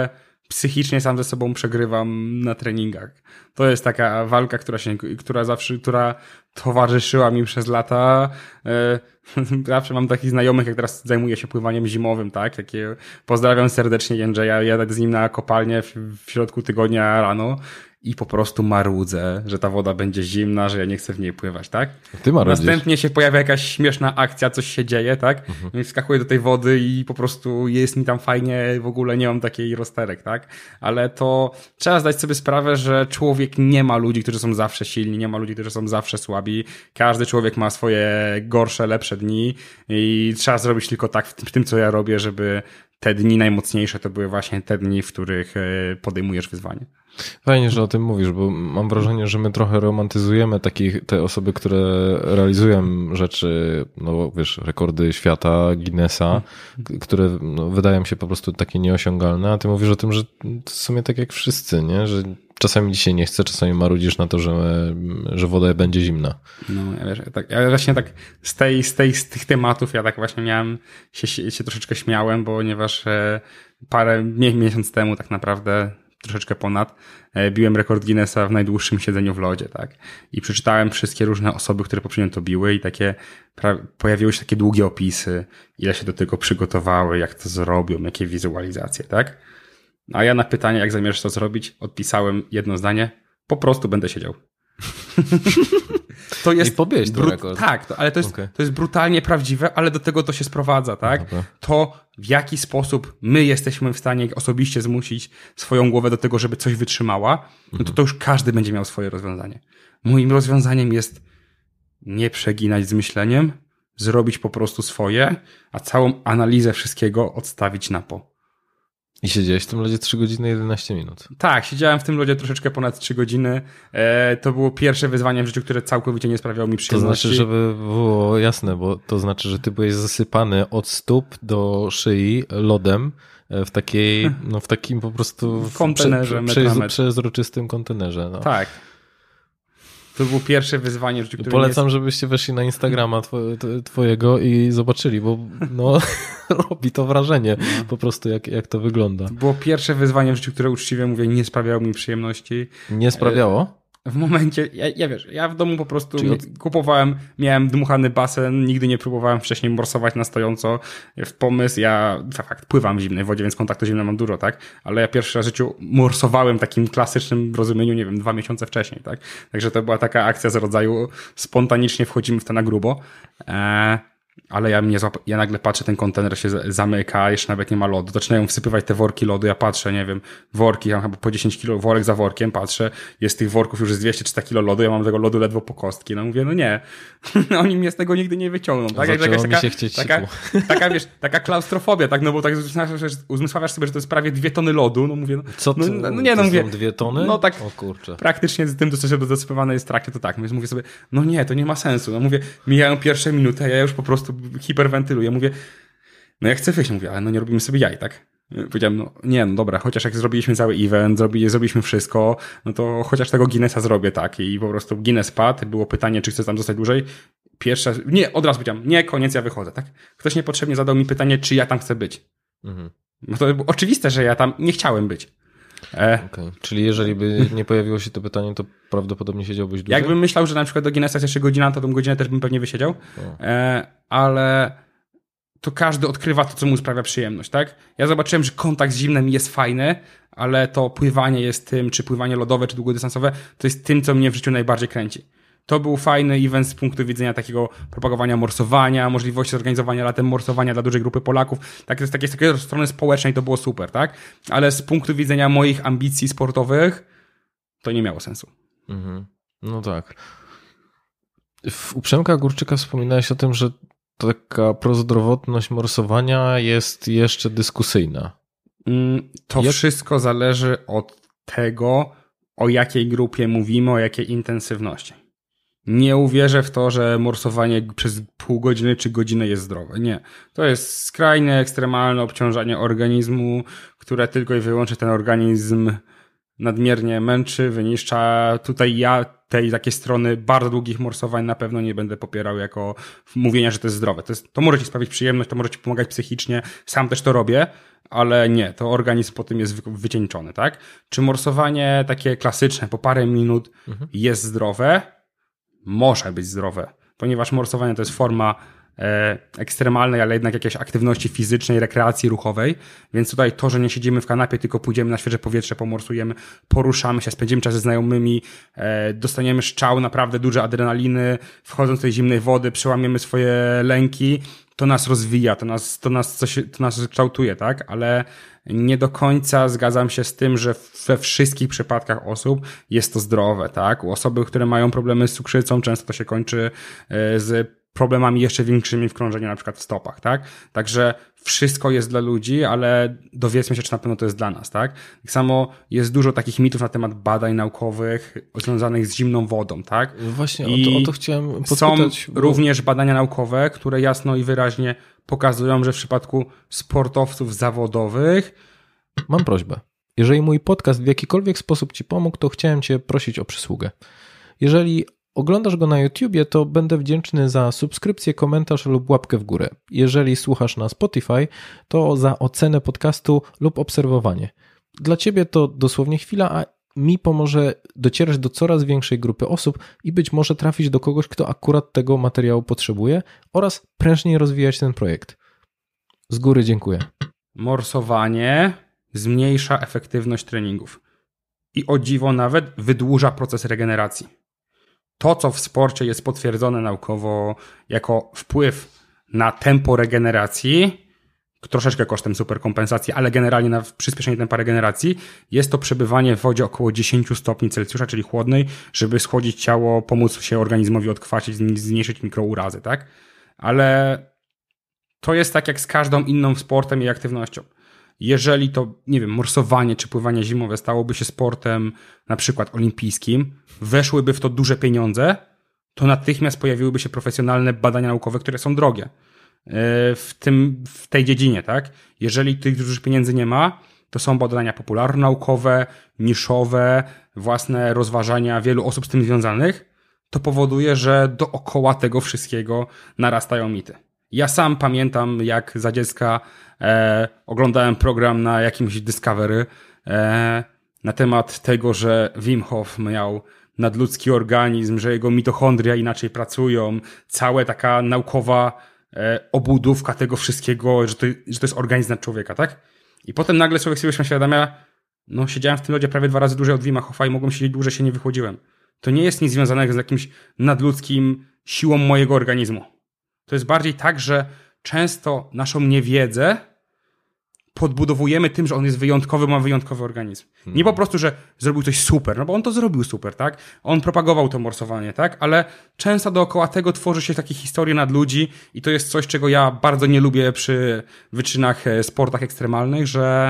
psychicznie sam ze sobą przegrywam na treningach. To jest taka walka, która towarzyszyła mi przez lata. Zawsze mam takich znajomych, jak teraz zajmuję się pływaniem zimowym, tak? Pozdrawiam serdecznie Jędrzeja, jadę z nim na kopalnię w środku tygodnia rano i po prostu marudzę, że ta woda będzie zimna, że ja nie chcę w niej pływać, tak? Ty marudzisz. Następnie się pojawia jakaś śmieszna akcja, coś się dzieje, tak? I wskakuję do tej wody i po prostu jest mi tam fajnie, w ogóle nie mam takiej rozterek, tak? Ale to trzeba zdać sobie sprawę, że człowiek nie ma ludzi, którzy są zawsze silni, nie ma ludzi, którzy są zawsze słabi. Każdy człowiek ma swoje gorsze, lepsze dni i trzeba zrobić tylko tak w tym, co ja robię, żeby te dni najmocniejsze to były właśnie te dni, w których podejmujesz wyzwanie. Fajnie, że o tym mówisz, bo mam wrażenie, że my trochę romantyzujemy te osoby, które realizują rzeczy, no wiesz, rekordy świata, Guinnessa, które no, wydają się po prostu takie nieosiągalne, a ty mówisz o tym, że w sumie tak jak wszyscy, nie? Że czasami dzisiaj nie chce, czasami marudzisz na to, że woda będzie zimna. No, ja właśnie tak z tych tematów ja tak właśnie miałem, się troszeczkę śmiałem, ponieważ parę miesięcy temu tak naprawdę troszeczkę ponad, biłem rekord Guinnessa w najdłuższym siedzeniu w lodzie, tak? I przeczytałem wszystkie różne osoby, które poprzednio to biły i pojawiły się takie długie opisy, ile się do tego przygotowały, jak to zrobią, jakie wizualizacje, tak? A ja na pytanie, jak zamierzasz to zrobić, odpisałem jedno zdanie, po prostu będę siedział. To jest i pobiłeś ten rekord. Tak, ale to jest brutalnie prawdziwe, ale do tego to się sprowadza, tak? Dobra. To w jaki sposób my jesteśmy w stanie osobiście zmusić swoją głowę do tego, żeby coś wytrzymała, no to już każdy będzie miał swoje rozwiązanie. Moim rozwiązaniem jest nie przeginać z myśleniem, zrobić po prostu swoje, a całą analizę wszystkiego odstawić na po. I siedziałeś w tym lodzie 3 godziny 11 minut. Tak, siedziałem w tym lodzie troszeczkę ponad 3 godziny. To było pierwsze wyzwanie w życiu, które całkowicie nie sprawiało mi przyjemności. To znaczy, żeby było jasne, bo to znaczy, że ty byłeś zasypany od stóp do szyi lodem w takim po prostu kontenerze przezroczystym kontenerze. No. Tak. To było pierwsze wyzwanie w życiu, które polecam, żebyście weszli na Instagrama twojego i zobaczyli, bo no, robi to wrażenie po prostu, jak to wygląda. To było pierwsze wyzwanie w życiu, które uczciwie mówię, nie sprawiało mi przyjemności. Nie sprawiało? W momencie, ja w domu po prostu kupowałem, miałem dmuchany basen, nigdy nie próbowałem wcześniej morsować na stojąco. W pomysł, pływam w zimnej wodzie, więc kontaktu zimnego mam dużo, tak? Ale ja pierwszy raz w życiu morsowałem w takim klasycznym rozumieniu, nie wiem, 2 miesiące wcześniej, tak? Także to była taka akcja z rodzaju spontanicznie wchodzimy w to na grubo. Ale ja nagle patrzę, ten kontener się zamyka, jeszcze nawet nie ma lodu. Zaczynają wsypywać te worki lodu, ja patrzę, nie wiem, worki, ja mam chyba po 10 kilo, worek za workiem, patrzę, jest tych worków już z 200-300 kilo lodu, ja mam tego lodu ledwo po kostki. No mówię, no nie, oni mnie z tego nigdy nie wyciągną. Tak? Taka klaustrofobia, tak, no bo tak uzmysławiasz sobie, że to jest prawie 2 tony lodu, no mówię, co to, mówię, 2 tony? No tak, o kurczę. Praktycznie z tym, co dosypywane jest w trakcie, to tak, więc mówię sobie, no nie, to nie ma sensu, no mówię, mijają pierwsze minuty, a ja już po prostu hiperwentyluję, mówię, no ja chcę wyjść, mówię, ale no nie robimy sobie jaj, tak? Powiedziałem, no nie, no dobra, chociaż jak zrobiliśmy cały event, zrobiliśmy wszystko, no to chociaż tego Guinnessa zrobię, tak? I po prostu Guinness padł, było pytanie, czy chcę tam zostać dłużej. Od razu powiedziałem, nie, koniec, ja wychodzę, tak? Ktoś niepotrzebnie zadał mi pytanie, czy ja tam chcę być. No to było oczywiste, że ja tam nie chciałem być. Okay. Czyli jeżeli by nie pojawiło się to pytanie, to prawdopodobnie siedziałbyś dłużej? Jakbym myślał, że na przykład do Guinnessa jest jeszcze godzina, to tą godzinę też bym pewnie wysiedział. Ale to każdy odkrywa to, co mu sprawia przyjemność, tak? Ja zobaczyłem, że kontakt z zimnem jest fajny, ale to pływanie jest tym, czy pływanie lodowe, czy długodystansowe, to jest tym, co mnie w życiu najbardziej kręci. To był fajny event z punktu widzenia takiego propagowania morsowania, możliwości zorganizowania latem morsowania dla dużej grupy Polaków. Z takiej strony społecznej to było super, tak? Ale z punktu widzenia moich ambicji sportowych to nie miało sensu. No tak. U Przemka Górczyka wspominałeś o tym, że taka prozdrowotność morsowania jest jeszcze dyskusyjna. Wszystko zależy od tego, o jakiej grupie mówimy, o jakiej intensywności. Nie uwierzę w to, że morsowanie przez pół godziny czy godzinę jest zdrowe. Nie. To jest skrajne, ekstremalne obciążanie organizmu, które tylko i wyłącznie ten organizm nadmiernie męczy, wyniszcza. Tutaj ja tej takiej strony bardzo długich morsowań na pewno nie będę popierał jako mówienia, że to jest zdrowe. To może ci sprawić przyjemność, to może ci pomagać psychicznie, sam też to robię, ale nie, to organizm po tym jest wycieńczony, tak? Czy morsowanie takie klasyczne po parę minut jest zdrowe? Może być zdrowe, ponieważ morsowanie to jest forma ekstremalnej, ale jednak jakiejś aktywności fizycznej, rekreacji ruchowej, więc tutaj to, że nie siedzimy w kanapie, tylko pójdziemy na świeże powietrze, pomorsujemy, poruszamy się, spędzimy czas ze znajomymi, dostaniemy strzał naprawdę duże adrenaliny, wchodząc do tej zimnej wody, przełamiemy swoje lęki, to nas rozwija, to nas kształtuje, tak? Ale nie do końca zgadzam się z tym, że we wszystkich przypadkach osób jest to zdrowe, tak? U osoby, które mają problemy z cukrzycą, często to się kończy z problemami jeszcze większymi w krążeniu, na przykład w stopach, tak? Także wszystko jest dla ludzi, ale dowiedzmy się, czy na pewno to jest dla nas, tak? Tak samo jest dużo takich mitów na temat badań naukowych związanych z zimną wodą, tak? Właśnie o to chciałem podpytać. Są również badania naukowe, które jasno i wyraźnie pokazują, że w przypadku sportowców zawodowych... Mam prośbę. Jeżeli mój podcast w jakikolwiek sposób ci pomógł, to chciałem cię prosić o przysługę. Jeżeli oglądasz go na YouTubie, to będę wdzięczny za subskrypcję, komentarz lub łapkę w górę. Jeżeli słuchasz na Spotify, to za ocenę podcastu lub obserwowanie. Dla ciebie to dosłownie chwila, a mi pomoże docierać do coraz większej grupy osób i być może trafić do kogoś, kto akurat tego materiału potrzebuje oraz prężniej rozwijać ten projekt. Z góry dziękuję. Morsowanie zmniejsza efektywność treningów i o dziwo nawet wydłuża proces regeneracji. To, co w sporcie jest potwierdzone naukowo jako wpływ na tempo regeneracji, troszeczkę kosztem superkompensacji, ale generalnie na przyspieszenie tempa regeneracji, jest to przebywanie w wodzie około 10 stopni Celsjusza, czyli chłodnej, żeby schłodzić ciało, pomóc się organizmowi odkwasić, zmniejszyć mikrourazy, tak? Ale to jest tak jak z każdą inną sportem i aktywnością. Jeżeli to, nie wiem, morsowanie czy pływanie zimowe stałoby się sportem na przykład olimpijskim, weszłyby w to duże pieniądze, to natychmiast pojawiłyby się profesjonalne badania naukowe, które są drogie w tej dziedzinie, tak? Jeżeli tych dużych pieniędzy nie ma, to są badania popularnonaukowe, niszowe, własne rozważania wielu osób z tym związanych, to powoduje, że dookoła tego wszystkiego narastają mity. Ja sam pamiętam, jak za dziecka oglądałem program na jakimś Discovery na temat tego, że Wim Hof miał nadludzki organizm, że jego mitochondria inaczej pracują, cała taka naukowa obudówka tego wszystkiego, że to jest organizm nad człowieka, tak? I potem nagle człowiek sobie uświadamia, no siedziałem w tym lodzie prawie 2 razy dłużej od Wima Hofa i mogłem siedzieć dłużej, się nie wychłodziłem. To nie jest nic związanego z jakimś nadludzkim siłą mojego organizmu. To jest bardziej tak, że często naszą niewiedzę podbudowujemy tym, że on jest wyjątkowy, ma wyjątkowy organizm. Nie po prostu, że zrobił coś super, no bo on to zrobił super, tak? On propagował to morsowanie, tak? Ale często dookoła tego tworzy się takie historie nad ludzi i to jest coś, czego ja bardzo nie lubię przy wyczynach, sportach ekstremalnych, że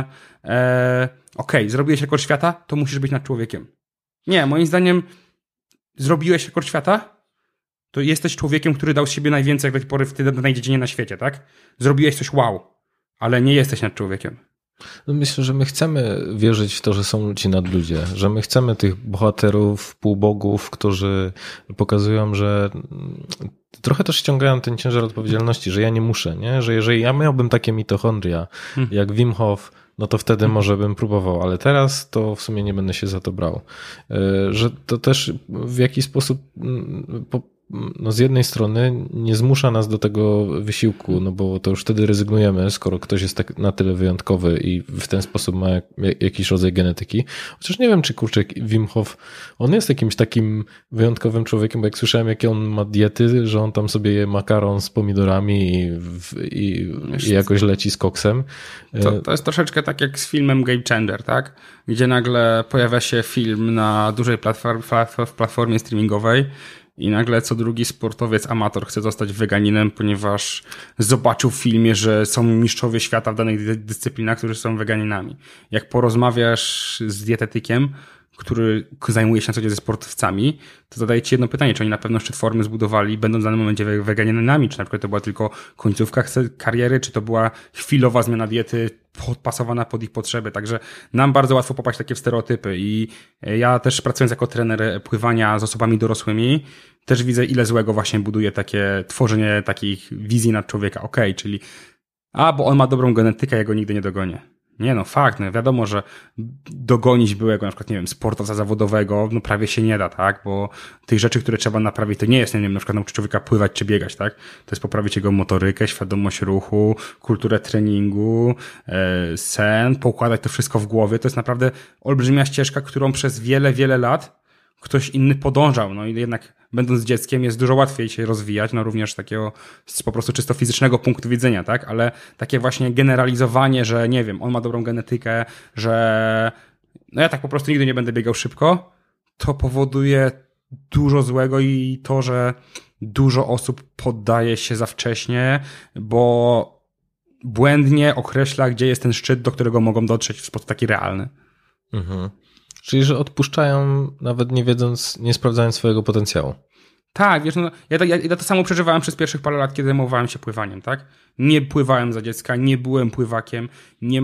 zrobiłeś rekord świata, to musisz być nad człowiekiem. Nie, moim zdaniem zrobiłeś rekord świata, to jesteś człowiekiem, który dał z siebie najwięcej jak do tej pory w tej danej dziedzinie na świecie, tak? Zrobiłeś coś wow, ale nie jesteś nad człowiekiem. No myślę, że my chcemy wierzyć w to, że są ci nadludzie, że my chcemy tych bohaterów, półbogów, którzy pokazują, że trochę też ściągają ten ciężar odpowiedzialności, że ja nie muszę, nie? Że jeżeli ja miałbym takie mitochondria jak Wim Hof, no to wtedy może bym próbował, ale teraz to w sumie nie będę się za to brał. Że to też w jakiś sposób no z jednej strony nie zmusza nas do tego wysiłku, no bo to już wtedy rezygnujemy, skoro ktoś jest tak na tyle wyjątkowy i w ten sposób ma jakiś rodzaj genetyki. Chociaż nie wiem, czy kurczę Wim Hof, on jest jakimś takim wyjątkowym człowiekiem, bo jak słyszałem, jakie on ma diety, że on tam sobie je makaron z pomidorami i jakoś leci z koksem. To jest troszeczkę tak jak z filmem Game Changer, tak? Gdzie nagle pojawia się film na dużej platformie streamingowej i nagle co drugi sportowiec amator chce zostać weganinem, ponieważ zobaczył w filmie, że są mistrzowie świata w danych dyscyplinach, którzy są weganinami. Jak porozmawiasz z dietetykiem, który zajmuje się na co dzień ze sportowcami, to zadaję ci jedno pytanie, czy oni na pewno szczyt formy zbudowali, będąc w danym momencie weganianami, czy na przykład to była tylko końcówka kariery, czy to była chwilowa zmiana diety podpasowana pod ich potrzeby. Także nam bardzo łatwo popaść w takie stereotypy i ja też pracując jako trener pływania z osobami dorosłymi, też widzę, ile złego właśnie buduje tworzenie takich wizji nad człowieka. Okej, czyli bo on ma dobrą genetykę, ja go nigdy nie dogonię. Nie no, fakt, no wiadomo, że dogonić byłego, na przykład, nie wiem, sportowca zawodowego, no prawie się nie da, tak, bo tych rzeczy, które trzeba naprawić, to nie jest, nie wiem, na przykład nauczyć człowieka pływać czy biegać, tak, to jest poprawić jego motorykę, świadomość ruchu, kulturę treningu, sen, poukładać to wszystko w głowie, to jest naprawdę olbrzymia ścieżka, którą przez wiele, wiele lat ktoś inny podążał, no i jednak będąc dzieckiem jest dużo łatwiej się rozwijać, no również takiego z po prostu czysto fizycznego punktu widzenia, tak, ale takie właśnie generalizowanie, że nie wiem, on ma dobrą genetykę, że no ja tak po prostu nigdy nie będę biegał szybko, to powoduje dużo złego i to, że dużo osób poddaje się za wcześnie, bo błędnie określa, gdzie jest ten szczyt, do którego mogą dotrzeć w sposób taki realny. Mhm. Czyli, że odpuszczają nawet nie wiedząc, nie sprawdzając swojego potencjału. Tak, wiesz, no, ja to samo przeżywałem przez pierwszych parę lat, kiedy zajmowałem się pływaniem, tak? Nie pływałem za dziecka, nie byłem pływakiem, nie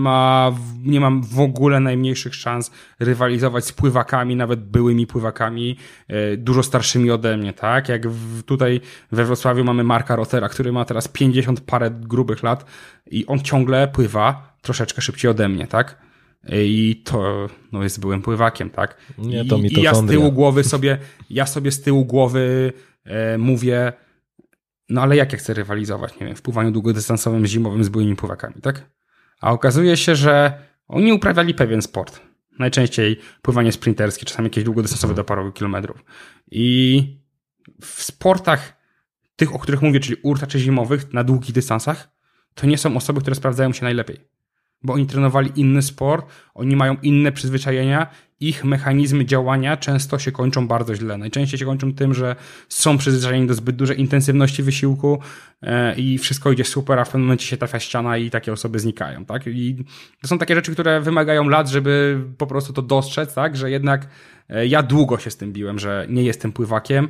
mam w ogóle najmniejszych szans rywalizować z pływakami, nawet byłymi pływakami, dużo starszymi ode mnie, tak? Jak tutaj we Wrocławiu mamy Marka Rotera, który ma teraz 50 parę grubych lat i on ciągle pływa troszeczkę szybciej ode mnie, tak? I to, no byłem pływakiem, tak? Nie, to I ja z tyłu głowy sobie z tyłu głowy mówię, no ale jak ja chcę rywalizować, nie wiem, w pływaniu długodystansowym, zimowym z byłymi pływakami, tak? A okazuje się, że oni uprawiali pewien sport. Najczęściej pływanie sprinterskie, czasami jakieś długodystansowe do paru kilometrów. I w sportach tych, o których mówię, czyli ultra czy zimowych, na długich dystansach, to nie są osoby, które sprawdzają się najlepiej. Bo oni trenowali inny sport, oni mają inne przyzwyczajenia, ich mechanizmy działania często się kończą bardzo źle. Najczęściej się kończą tym, że są przyzwyczajeni do zbyt dużej intensywności wysiłku i wszystko idzie super, a w pewnym momencie się trafia ściana i takie osoby znikają, tak? I to są takie rzeczy, które wymagają lat, żeby po prostu to dostrzec, tak? Że jednak ja długo się z tym biłem, że nie jestem pływakiem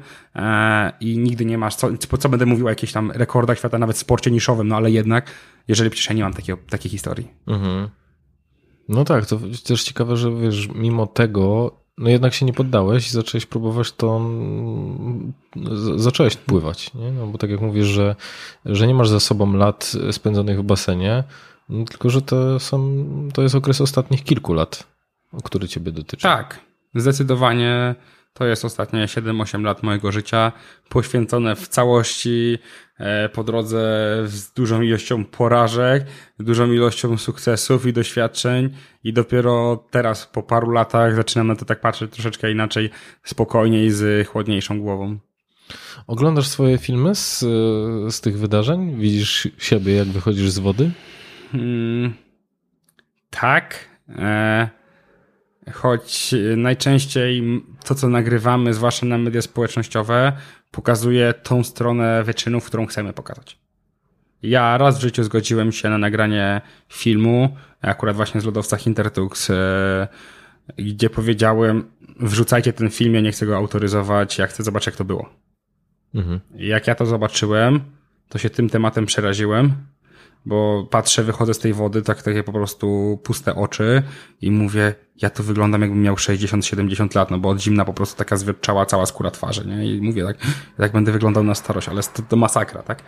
i nigdy nie masz, co będę mówił o jakichś tam rekordach świata, nawet w sporcie niszowym, no ale jednak, jeżeli przecież ja nie mam takiej historii. Mhm. No tak, to też ciekawe, że wiesz, mimo tego, no jednak się nie poddałeś i zacząłeś próbować zacząłeś pływać, nie? No bo tak jak mówisz, że nie masz za sobą lat spędzonych w basenie, no tylko że to jest okres ostatnich kilku lat, który ciebie dotyczy. Tak, zdecydowanie to jest ostatnie 7-8 lat mojego życia poświęcone w całości po drodze z dużą ilością porażek, dużą ilością sukcesów i doświadczeń i dopiero teraz po paru latach zaczynam na to tak patrzeć troszeczkę inaczej, spokojniej, z chłodniejszą głową. Oglądasz swoje filmy z tych wydarzeń? Widzisz siebie, jak wychodzisz z wody? Tak. Choć najczęściej to, co nagrywamy, zwłaszcza na media społecznościowe, pokazuje tą stronę wyczynów, którą chcemy pokazać. Ja raz w życiu zgodziłem się na nagranie filmu, akurat właśnie z lodowca Hintertux, gdzie powiedziałem, wrzucajcie ten film, ja nie chcę go autoryzować, ja chcę zobaczyć, jak to było. Mhm. Jak ja to zobaczyłem, to się tym tematem przeraziłem, bo patrzę, wychodzę z tej wody, takie po prostu puste oczy i mówię, ja tu wyglądam, jakbym miał 60-70 lat, no bo od zimna po prostu taka zwierczała cała skóra twarzy, nie? I mówię, tak będę wyglądał na starość, ale to masakra, tak?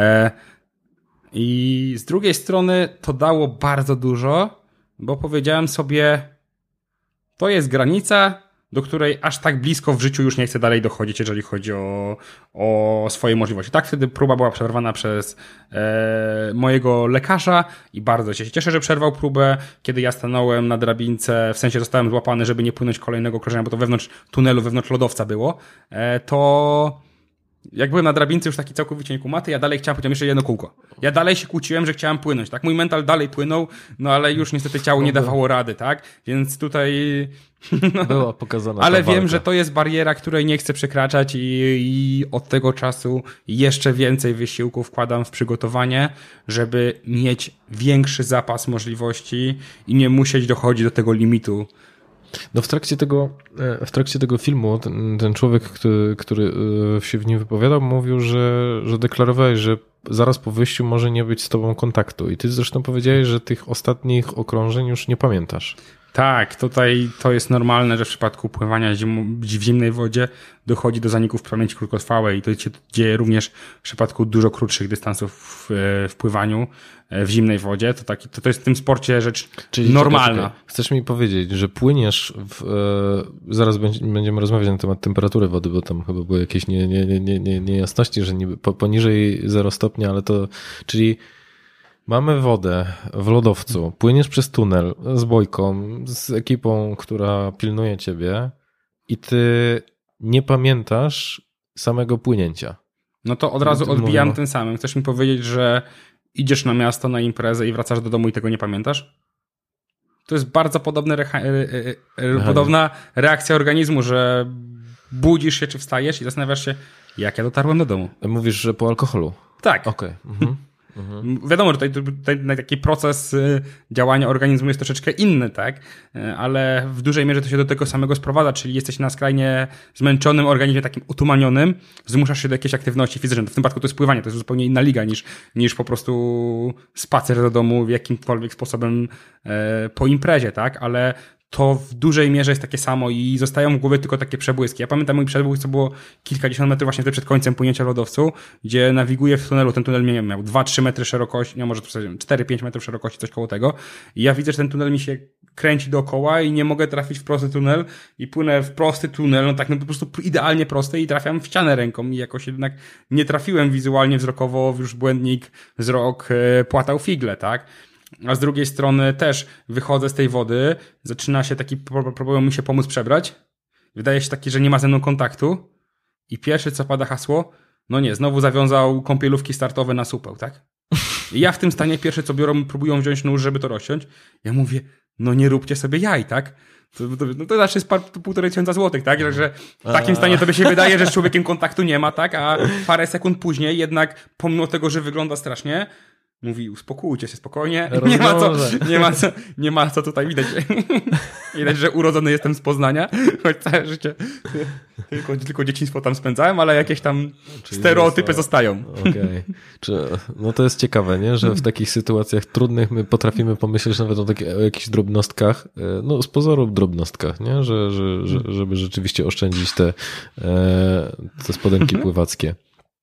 I z drugiej strony to dało bardzo dużo, bo powiedziałem sobie, to jest granica, do której aż tak blisko w życiu już nie chcę dalej dochodzić, jeżeli chodzi o swoje możliwości. Tak, wtedy próba była przerwana przez mojego lekarza i bardzo się cieszę, że przerwał próbę. Kiedy ja stanąłem na drabince, w sensie zostałem złapany, żeby nie płynąć kolejnego krążenia, bo to wewnątrz tunelu, wewnątrz lodowca było, to jak byłem na drabince już taki całkowicie niekumaty, ja dalej chciałem płynąć jeszcze jedno kółko. Ja dalej się kłóciłem, że chciałem płynąć, tak? Mój mental dalej płynął, no ale już niestety ciało nie dawało rady, tak? Więc tutaj... No, była pokazana. Ale wiem, że to jest bariera, której nie chcę przekraczać i od tego czasu jeszcze więcej wysiłku wkładam w przygotowanie, żeby mieć większy zapas możliwości i nie musieć dochodzić do tego limitu No w trakcie tego filmu ten człowiek, który się w nim wypowiadał, mówił, że deklarowałeś, że zaraz po wyjściu może nie być z tobą kontaktu. I ty zresztą powiedziałeś, że tych ostatnich okrążeń już nie pamiętasz. Tak, tutaj to jest normalne, że w przypadku pływania w zimnej wodzie dochodzi do zaników pamięci krótkotrwałej i to się dzieje również w przypadku dużo krótszych dystansów w pływaniu w zimnej wodzie. To jest w tym sporcie rzecz normalna. Czekaj. Chcesz mi powiedzieć, że płyniesz zaraz będziemy rozmawiać na temat temperatury wody, bo tam chyba były jakieś niejasności, że poniżej 0 stopnia, ale to, czyli mamy wodę w lodowcu, płyniesz przez tunel z bojką, z ekipą, która pilnuje ciebie i ty nie pamiętasz samego płynięcia. No to od razu odbijam tym samym. Chcesz mi powiedzieć, że idziesz na miasto, na imprezę i wracasz do domu i tego nie pamiętasz? To jest bardzo podobna reakcja organizmu, że budzisz się czy wstajesz i zastanawiasz się, jak ja dotarłem do domu. Mówisz, że po alkoholu? Tak. Okej. Wiadomo, że tutaj taki proces działania organizmu jest troszeczkę inny, tak? Ale w dużej mierze to się do tego samego sprowadza, czyli jesteś na skrajnie zmęczonym organizmie, takim utumaniony, zmuszasz się do jakiejś aktywności fizycznej. W tym przypadku to jest pływanie, to jest zupełnie inna liga niż po prostu spacer do domu jakimkolwiek sposobem po imprezie, tak? Ale to w dużej mierze jest takie samo i zostają w głowie tylko takie przebłyski. Ja pamiętam mój przebłysk, co było kilkadziesiąt metrów właśnie przed końcem płynięcia w lodowcu, gdzie nawiguję w tunelu. Ten tunel miał 2-3 metry szerokości, nie może 4-5 metrów szerokości, coś koło tego. I ja widzę, że ten tunel mi się kręci dookoła i nie mogę trafić w prosty tunel i płynę w prosty tunel, no tak no po prostu idealnie prosty i trafiam w ścianę ręką i jakoś jednak nie trafiłem wizualnie, wzrokowo, już błędnik, wzrok płatał figle, tak? A z drugiej strony też wychodzę z tej wody, zaczyna się próbują mi się pomóc przebrać. Wydaje się taki, że nie ma ze mną kontaktu. I pierwsze co pada hasło, no nie, znowu zawiązał kąpielówki startowe na supeł, tak? I ja w tym stanie pierwsze co biorą, próbują wziąć nóż, żeby to rozciąć. Ja mówię, no nie róbcie sobie jaj, tak? To znaczy jest 1500 złotych, tak? Także w takim stanie to by się wydaje, że z człowiekiem kontaktu nie ma, tak? A parę sekund później jednak, pomimo tego, że wygląda strasznie, mówi, uspokójcie się spokojnie, nie ma co tutaj widać. Widać, że urodzony jestem z Poznania, choć całe życie tylko dzieciństwo tam spędzałem, ale jakieś tam stereotypy zostają. Okej. No to jest ciekawe, nie? Że w takich sytuacjach trudnych my potrafimy pomyśleć nawet o jakichś drobnostkach, no z pozoru drobnostkach, nie? Żeby rzeczywiście oszczędzić te spodenki pływackie.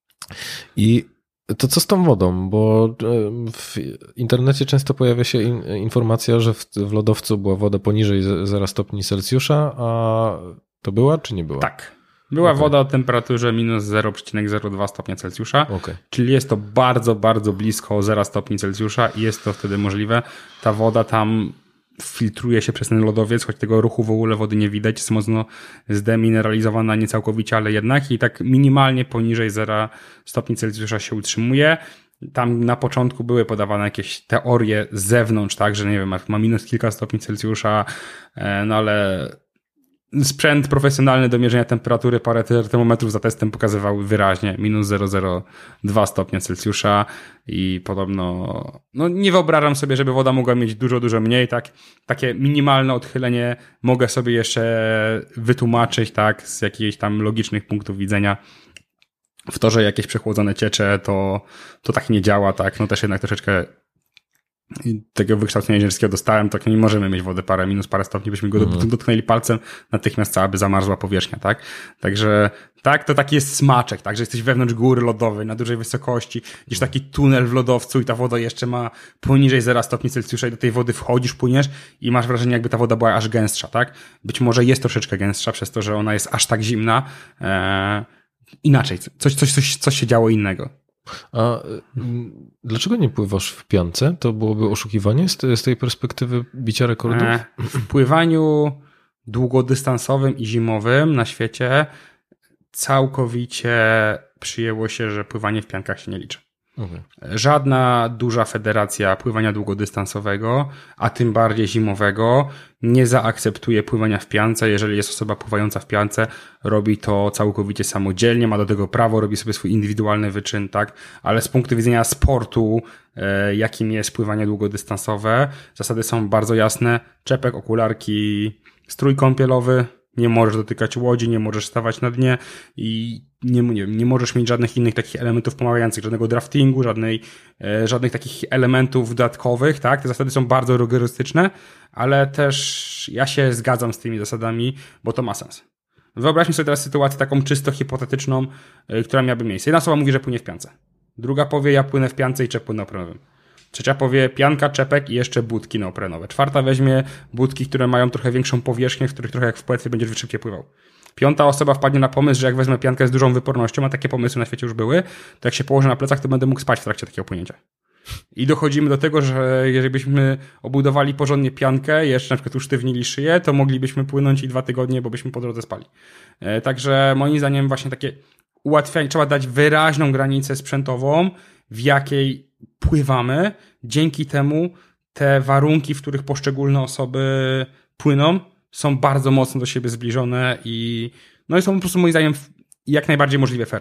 I to co z tą wodą? Bo w internecie często pojawia się informacja, że w lodowcu była woda poniżej 0 stopni Celsjusza, a to była czy nie była? Tak. Była woda o temperaturze minus 0,02 stopnia Celsjusza, czyli jest to bardzo, bardzo blisko 0 stopni Celsjusza i jest to wtedy możliwe. Ta woda tam filtruje się przez ten lodowiec, choć tego ruchu w ogóle wody nie widać, jest mocno zdemineralizowana, nie całkowicie, ale jednak i tak minimalnie poniżej 0 stopni Celsjusza się utrzymuje. Tam na początku były podawane jakieś teorie z zewnątrz, tak, że nie wiem, ma minus kilka stopni Celsjusza, no ale sprzęt profesjonalny do mierzenia temperatury, parę termometrów za testem pokazywał wyraźnie minus 0,02 stopnia Celsjusza i podobno, no nie wyobrażam sobie, żeby woda mogła mieć dużo, dużo mniej, tak? Takie minimalne odchylenie mogę sobie jeszcze wytłumaczyć, tak? Z jakichś tam logicznych punktów widzenia. W to, że jakieś przechłodzone ciecze, to tak nie działa, tak? No też jednak troszeczkę tego wykształcenia inżynierskiego dostałem, tak nie możemy mieć wody parę stopni, byśmy go dotknęli palcem, natychmiast cała by zamarzła powierzchnia, tak? Także tak, to taki jest smaczek, tak? Że jesteś wewnątrz góry lodowej, na dużej wysokości, gdzieś taki tunel w lodowcu i ta woda jeszcze ma poniżej 0 stopni Celsjusza i do tej wody wchodzisz, płyniesz i masz wrażenie, jakby ta woda była aż gęstsza, tak? Być może jest troszeczkę gęstsza przez to, że ona jest aż tak zimna. Inaczej, coś się działo innego. A dlaczego nie pływasz w piance? To byłoby oszukiwanie z tej perspektywy bicia rekordów? W pływaniu długodystansowym i zimowym na świecie całkowicie przyjęło się, że pływanie w piankach się nie liczy. Żadna duża federacja pływania długodystansowego, a tym bardziej zimowego, nie zaakceptuje pływania w piance. Jeżeli jest osoba pływająca w piance, robi to całkowicie samodzielnie, ma do tego prawo, robi sobie swój indywidualny wyczyn, tak? Ale z punktu widzenia sportu, jakim jest pływanie długodystansowe, zasady są bardzo jasne. Czepek, okularki, strój kąpielowy, nie możesz dotykać łodzi, nie możesz stawać na dnie i nie możesz mieć żadnych innych takich elementów pomagających, żadnego draftingu, żadnych takich elementów dodatkowych, tak? Te zasady są bardzo rygorystyczne, ale też ja się zgadzam z tymi zasadami, bo to ma sens. Wyobraźmy sobie teraz sytuację taką czysto hipotetyczną, która miałaby miejsce. Jedna osoba mówi, że płynie w piance. Druga powie, ja płynę w piance i czep neoprenowym. Trzecia powie pianka, czepek i jeszcze budki neoprenowe. Czwarta weźmie budki, które mają trochę większą powierzchnię, w których trochę jak w płetwie będziesz szybciej pływał. Piąta osoba wpadnie na pomysł, że jak wezmę piankę z dużą wypornością, a takie pomysły na świecie już były, to jak się położę na plecach, to będę mógł spać w trakcie takiego płynięcia. I dochodzimy do tego, że jeżeli byśmy obudowali porządnie piankę, jeszcze na przykład usztywnili szyję, to moglibyśmy płynąć i 2 tygodnie, bo byśmy po drodze spali. Także moim zdaniem właśnie takie ułatwianie, trzeba dać wyraźną granicę sprzętową, w jakiej pływamy. Dzięki temu te warunki, w których poszczególne osoby płyną, są bardzo mocno do siebie zbliżone i są po prostu moim zdaniem jak najbardziej możliwie fair.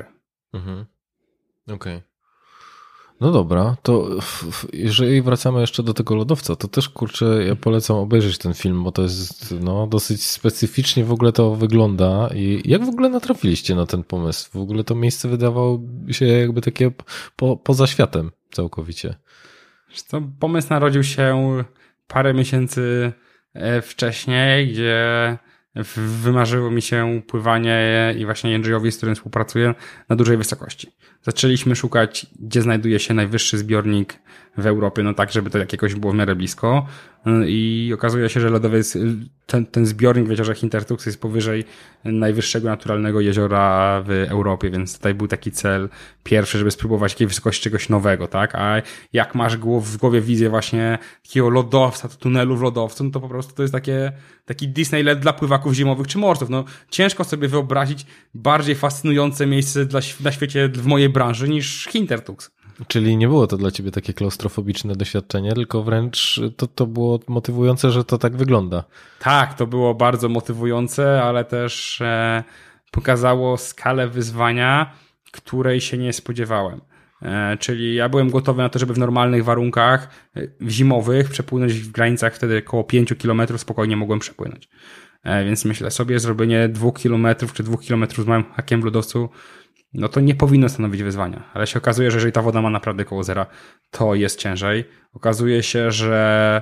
Okej. No dobra, to jeżeli wracamy jeszcze do tego lodowca, to też kurczę, ja polecam obejrzeć ten film, bo to jest dosyć specyficznie w ogóle to wygląda i jak w ogóle natrafiliście na ten pomysł? W ogóle to miejsce wydawało się jakby takie poza światem całkowicie. Pomysł narodził się parę miesięcy wcześniej, gdzie wymarzyło mi się pływanie i właśnie Jędrzejowi, z którym współpracuję, na dużej wysokości. Zaczęliśmy szukać, gdzie znajduje się najwyższy zbiornik w Europie, tak, żeby to jakoś było w miarę blisko i okazuje się, że lodowiec, ten zbiornik w jeziorze Hintertux jest powyżej najwyższego naturalnego jeziora w Europie, więc tutaj był taki cel pierwszy, żeby spróbować jakiej wysokości czegoś nowego, tak, a jak masz w głowie wizję właśnie takiego lodowca, tunelu w lodowcu, no to po prostu to jest taki Disneyland dla pływaków zimowych czy morców, ciężko sobie wyobrazić bardziej fascynujące miejsce na świecie w mojej branży niż Hintertux. Czyli nie było to dla ciebie takie klaustrofobiczne doświadczenie, tylko wręcz to było motywujące, że to tak wygląda. Tak, to było bardzo motywujące, ale też pokazało skalę wyzwania, której się nie spodziewałem. Czyli ja byłem gotowy na to, żeby w normalnych warunkach zimowych przepłynąć w granicach wtedy około 5 km spokojnie mogłem przepłynąć. Więc myślę sobie, zrobienie 2 km czy 2 km z małym hakiem w lodowcu, to nie powinno stanowić wyzwania. Ale się okazuje, że jeżeli ta woda ma naprawdę koło zera, to jest ciężej. Okazuje się, że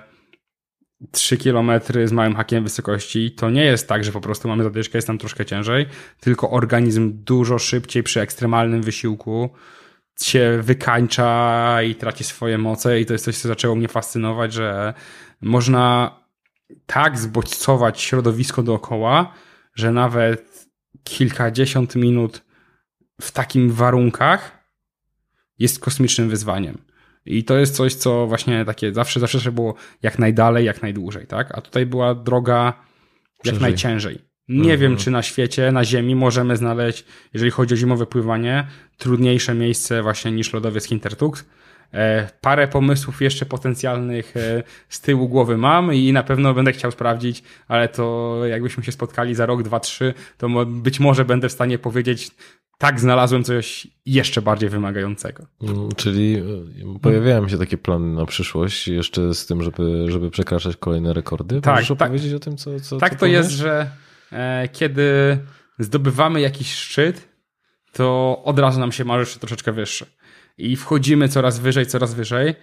3 km z małym hakiem wysokości to nie jest tak, że po prostu mamy zadyszkę, jest tam troszkę ciężej, tylko organizm dużo szybciej przy ekstremalnym wysiłku się wykańcza i traci swoje moce i to jest coś, co zaczęło mnie fascynować, że można tak zbodźcować środowisko dookoła, że nawet kilkadziesiąt minut w takim warunkach jest kosmicznym wyzwaniem. I to jest coś, co właśnie takie zawsze było jak najdalej, jak najdłużej, tak? A tutaj była droga jak najciężej. Nie wiem, czy na świecie, na Ziemi możemy znaleźć, jeżeli chodzi o zimowe pływanie, trudniejsze miejsce właśnie niż lodowiec Hintertux. Parę pomysłów jeszcze potencjalnych z tyłu głowy mam i na pewno będę chciał sprawdzić, ale to jakbyśmy się spotkali za rok, 2, 3, to być może będę w stanie powiedzieć, tak, znalazłem coś jeszcze bardziej wymagającego. Czyli pojawiają się takie plany na przyszłość, jeszcze z tym, żeby przekraczać kolejne rekordy. Możesz opowiedzieć o tym, co tak to jest, że kiedy zdobywamy jakiś szczyt, to od razu nam się marzy jeszcze troszeczkę wyższy. I wchodzimy coraz wyżej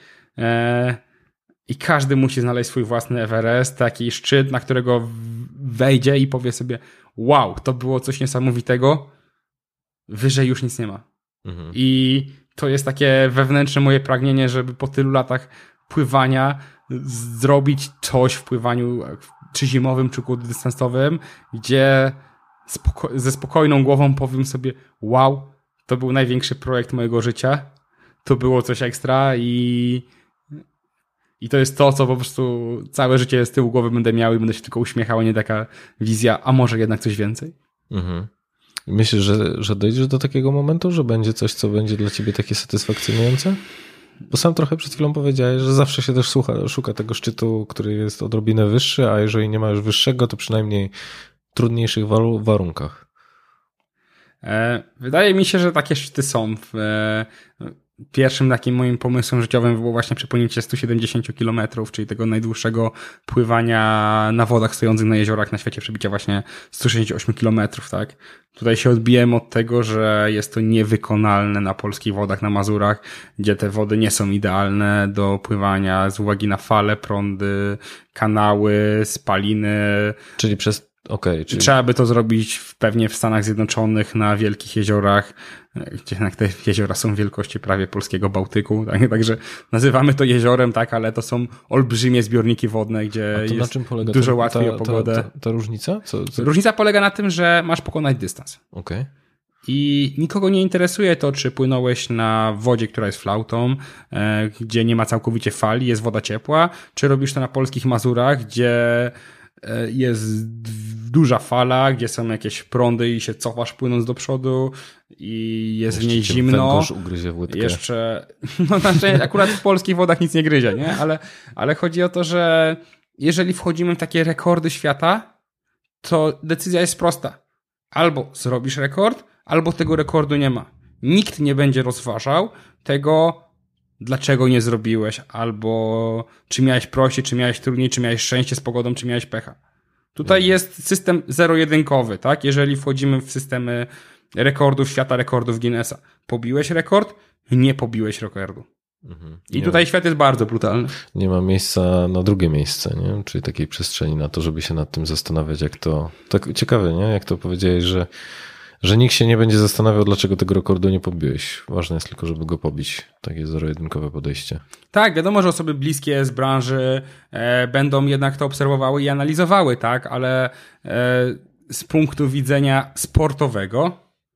i każdy musi znaleźć swój własny Everest, taki szczyt, na którego wejdzie i powie sobie, wow, to było coś niesamowitego, wyżej już nic nie ma. I to jest takie wewnętrzne moje pragnienie, żeby po tylu latach pływania zrobić coś w pływaniu czy zimowym, czy krótkodystansowym, gdzie ze spokojną głową powiem sobie, wow, to był największy projekt mojego życia, to było coś ekstra i to jest to, co po prostu całe życie z tyłu głowy będę miał i będę się tylko uśmiechał, a nie taka wizja, a może jednak coś więcej. Myślisz, że dojdziesz do takiego momentu, że będzie coś, co będzie dla ciebie takie satysfakcjonujące? Bo sam trochę przed chwilą powiedziałeś, że zawsze się też szuka tego szczytu, który jest odrobinę wyższy, a jeżeli nie ma już wyższego, to przynajmniej w trudniejszych warunkach. Wydaje mi się, że takie szczyty są. pierwszym takim moim pomysłem życiowym było właśnie przepłynięcie 170 km, czyli tego najdłuższego pływania na wodach stojących na jeziorach na świecie, przebicia właśnie 168 km, tak? Tutaj się odbiłem od tego, że jest to niewykonalne na polskich wodach, na Mazurach, gdzie te wody nie są idealne do pływania z uwagi na fale, prądy, kanały, spaliny. Czyli czyli... Trzeba by to zrobić pewnie w Stanach Zjednoczonych na wielkich jeziorach, gdzie te jeziora są wielkości prawie polskiego Bałtyku, tak? Także nazywamy to jeziorem, tak, ale to są olbrzymie zbiorniki wodne, gdzie to jest na czym polega dużo łatwiej o pogodę. Ta różnica? Co? Różnica polega na tym, że masz pokonać dystans. Okej. I nikogo nie interesuje to, czy płynąłeś na wodzie, która jest flautą, gdzie nie ma całkowicie fali, jest woda ciepła, czy robisz to na polskich Mazurach, gdzie jest duża fala, gdzie są jakieś prądy i się cofasz płynąc do przodu i jest w niej zimno. Węgorz ugryzie w łydkę. Jeszcze, no znaczy akurat w polskich wodach nic nie gryzie, nie? Ale chodzi o to, że jeżeli wchodzimy w takie rekordy świata, to decyzja jest prosta. Albo zrobisz rekord, albo tego rekordu nie ma. Nikt nie będzie rozważał tego, dlaczego nie zrobiłeś, albo czy miałeś prościej, czy miałeś trudniej, czy miałeś szczęście z pogodą, czy miałeś pecha. Tutaj jest system zero-jedynkowy, tak? Jeżeli wchodzimy w systemy rekordów świata, rekordów Guinnessa. Pobiłeś rekord, nie pobiłeś rekordu. I tutaj świat jest bardzo brutalny. Nie ma miejsca na drugie miejsce, nie? Czyli takiej przestrzeni na to, żeby się nad tym zastanawiać, jak to... Tak ciekawe, nie? Jak to powiedziałeś, że nikt się nie będzie zastanawiał, dlaczego tego rekordu nie pobiłeś. Ważne jest tylko, żeby go pobić. Takie zero-jedynkowe podejście. Tak, wiadomo, że osoby bliskie z branży będą jednak to obserwowały i analizowały, tak? Ale z punktu widzenia sportowego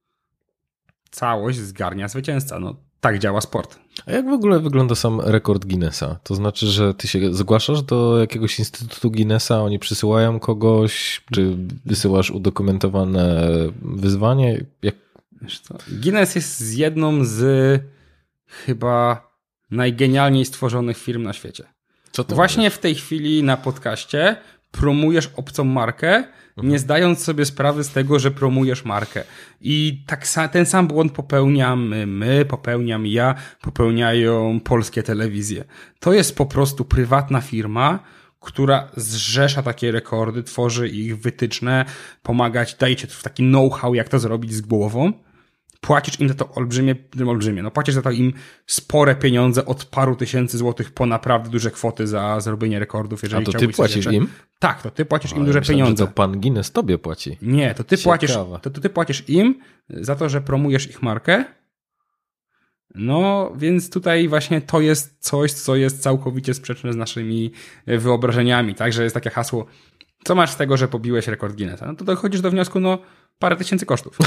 całość zgarnia zwycięzca. No, tak działa sport. A jak w ogóle wygląda sam rekord Guinnessa? To znaczy, że ty się zgłaszasz do jakiegoś instytutu Guinnessa, oni przysyłają kogoś, czy wysyłasz udokumentowane wyzwanie? Wiesz co? Guinness jest jedną z chyba najgenialniej stworzonych firm na świecie. Co to Właśnie w tej chwili na podcaście promujesz obcą markę, nie zdając sobie sprawy z tego, że promujesz markę. I ten sam błąd popełniamy my, popełniam ja, popełniają polskie telewizje. To jest po prostu prywatna firma, która zrzesza takie rekordy, tworzy ich wytyczne, pomagać, dajcie taki know-how, jak to zrobić z głową. Płacisz im za to olbrzymie, no płacisz za to im spore pieniądze od paru tysięcy złotych po naprawdę duże kwoty za zrobienie rekordów. Jeżeli a to ty płacisz im? Tak, to ty płacisz im duże pieniądze. Że to pan Guinness tobie płaci. Nie, to ty płacisz im za to, że promujesz ich markę. No, więc tutaj właśnie to jest coś, co jest całkowicie sprzeczne z naszymi wyobrażeniami, tak, że jest takie hasło, co masz z tego, że pobiłeś rekord Guinnessa? No to dochodzisz do wniosku, no parę tysięcy kosztów.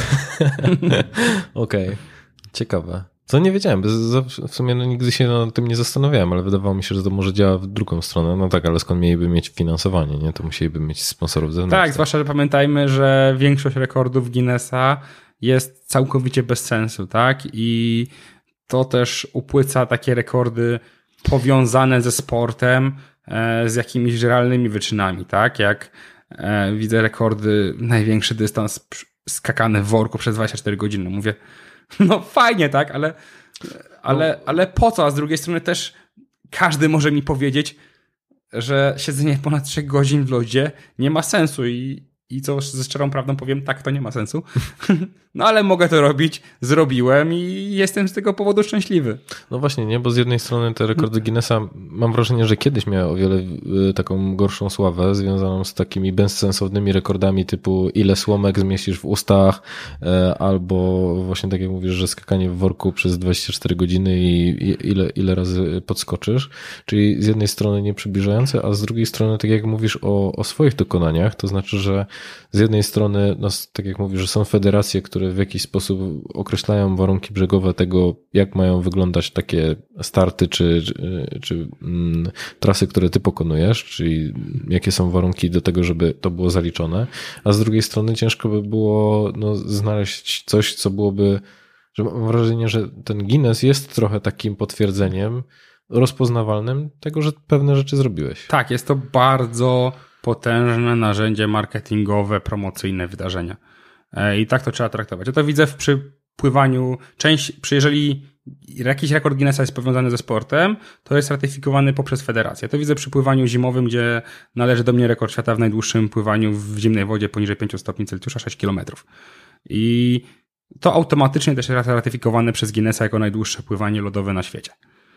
Okej. Ciekawe. Co nie wiedziałem, w sumie nigdy się nad tym nie zastanawiałem, ale wydawało mi się, że to może działa w drugą stronę. No tak, ale skąd mieliby mieć finansowanie, nie? To musieliby mieć sponsorów zewnętrznych. Tak, zwłaszcza, że pamiętajmy, że większość rekordów Guinnessa jest całkowicie bez sensu, tak? I to też upłyca takie rekordy powiązane ze sportem, z jakimiś realnymi wyczynami, tak? Jak widzę rekordy, największy dystans skakany w worku przez 24 godziny. Mówię, no fajnie, tak? Ale po co? A z drugiej strony też każdy może mi powiedzieć, że siedzenie ponad 3 godzin w lodzie nie ma sensu i co ze szczerą prawdą powiem, tak, to nie ma sensu. No ale mogę to robić, zrobiłem i jestem z tego powodu szczęśliwy. No właśnie, nie, bo z jednej strony te rekordy Guinnessa mam wrażenie, że kiedyś miały o wiele taką gorszą sławę związaną z takimi bezsensownymi rekordami typu ile słomek zmieścisz w ustach, albo właśnie tak jak mówisz, że skakanie w worku przez 24 godziny i ile razy podskoczysz, czyli z jednej strony nie przybliżające, a z drugiej strony tak jak mówisz o swoich dokonaniach, to znaczy, że z jednej strony, no, tak jak mówisz, że są federacje, które w jakiś sposób określają warunki brzegowe tego, jak mają wyglądać takie starty czy trasy, które ty pokonujesz, czyli jakie są warunki do tego, żeby to było zaliczone, a z drugiej strony ciężko by było znaleźć coś, co byłoby, że mam wrażenie, że ten Guinness jest trochę takim potwierdzeniem rozpoznawalnym tego, że pewne rzeczy zrobiłeś. Tak, jest to bardzo potężne narzędzie marketingowe, promocyjne wydarzenia. I tak to trzeba traktować. Ja to widzę pływaniu, jeżeli jakiś rekord Guinnessa jest powiązany ze sportem, to jest ratyfikowany poprzez federację. To widzę przy pływaniu zimowym, gdzie należy do mnie rekord świata w najdłuższym pływaniu w zimnej wodzie poniżej 5 stopni Celsjusza, 6 km. I to automatycznie też jest ratyfikowane przez Guinnessa jako najdłuższe pływanie lodowe na świecie.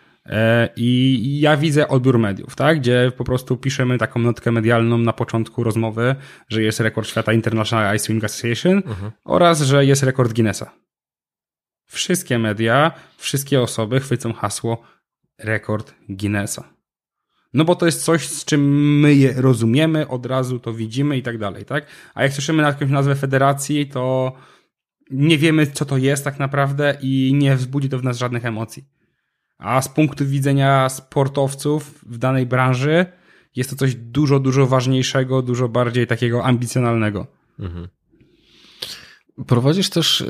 I ja widzę odbiór mediów, tak? Gdzie po prostu piszemy taką notkę medialną na początku rozmowy, że jest rekord świata International Ice Swimming Association oraz, że jest rekord Guinnessa. Wszystkie media, wszystkie osoby chwycą hasło rekord Guinnessa. No bo to jest coś, z czym my je rozumiemy, od razu to widzimy i tak dalej, tak? A jak słyszymy na jakąś nazwę federacji, to nie wiemy, co to jest tak naprawdę i nie wzbudzi to w nas żadnych emocji. A z punktu widzenia sportowców w danej branży jest to coś dużo, dużo ważniejszego, dużo bardziej takiego ambicjonalnego. Mhm. Prowadzisz też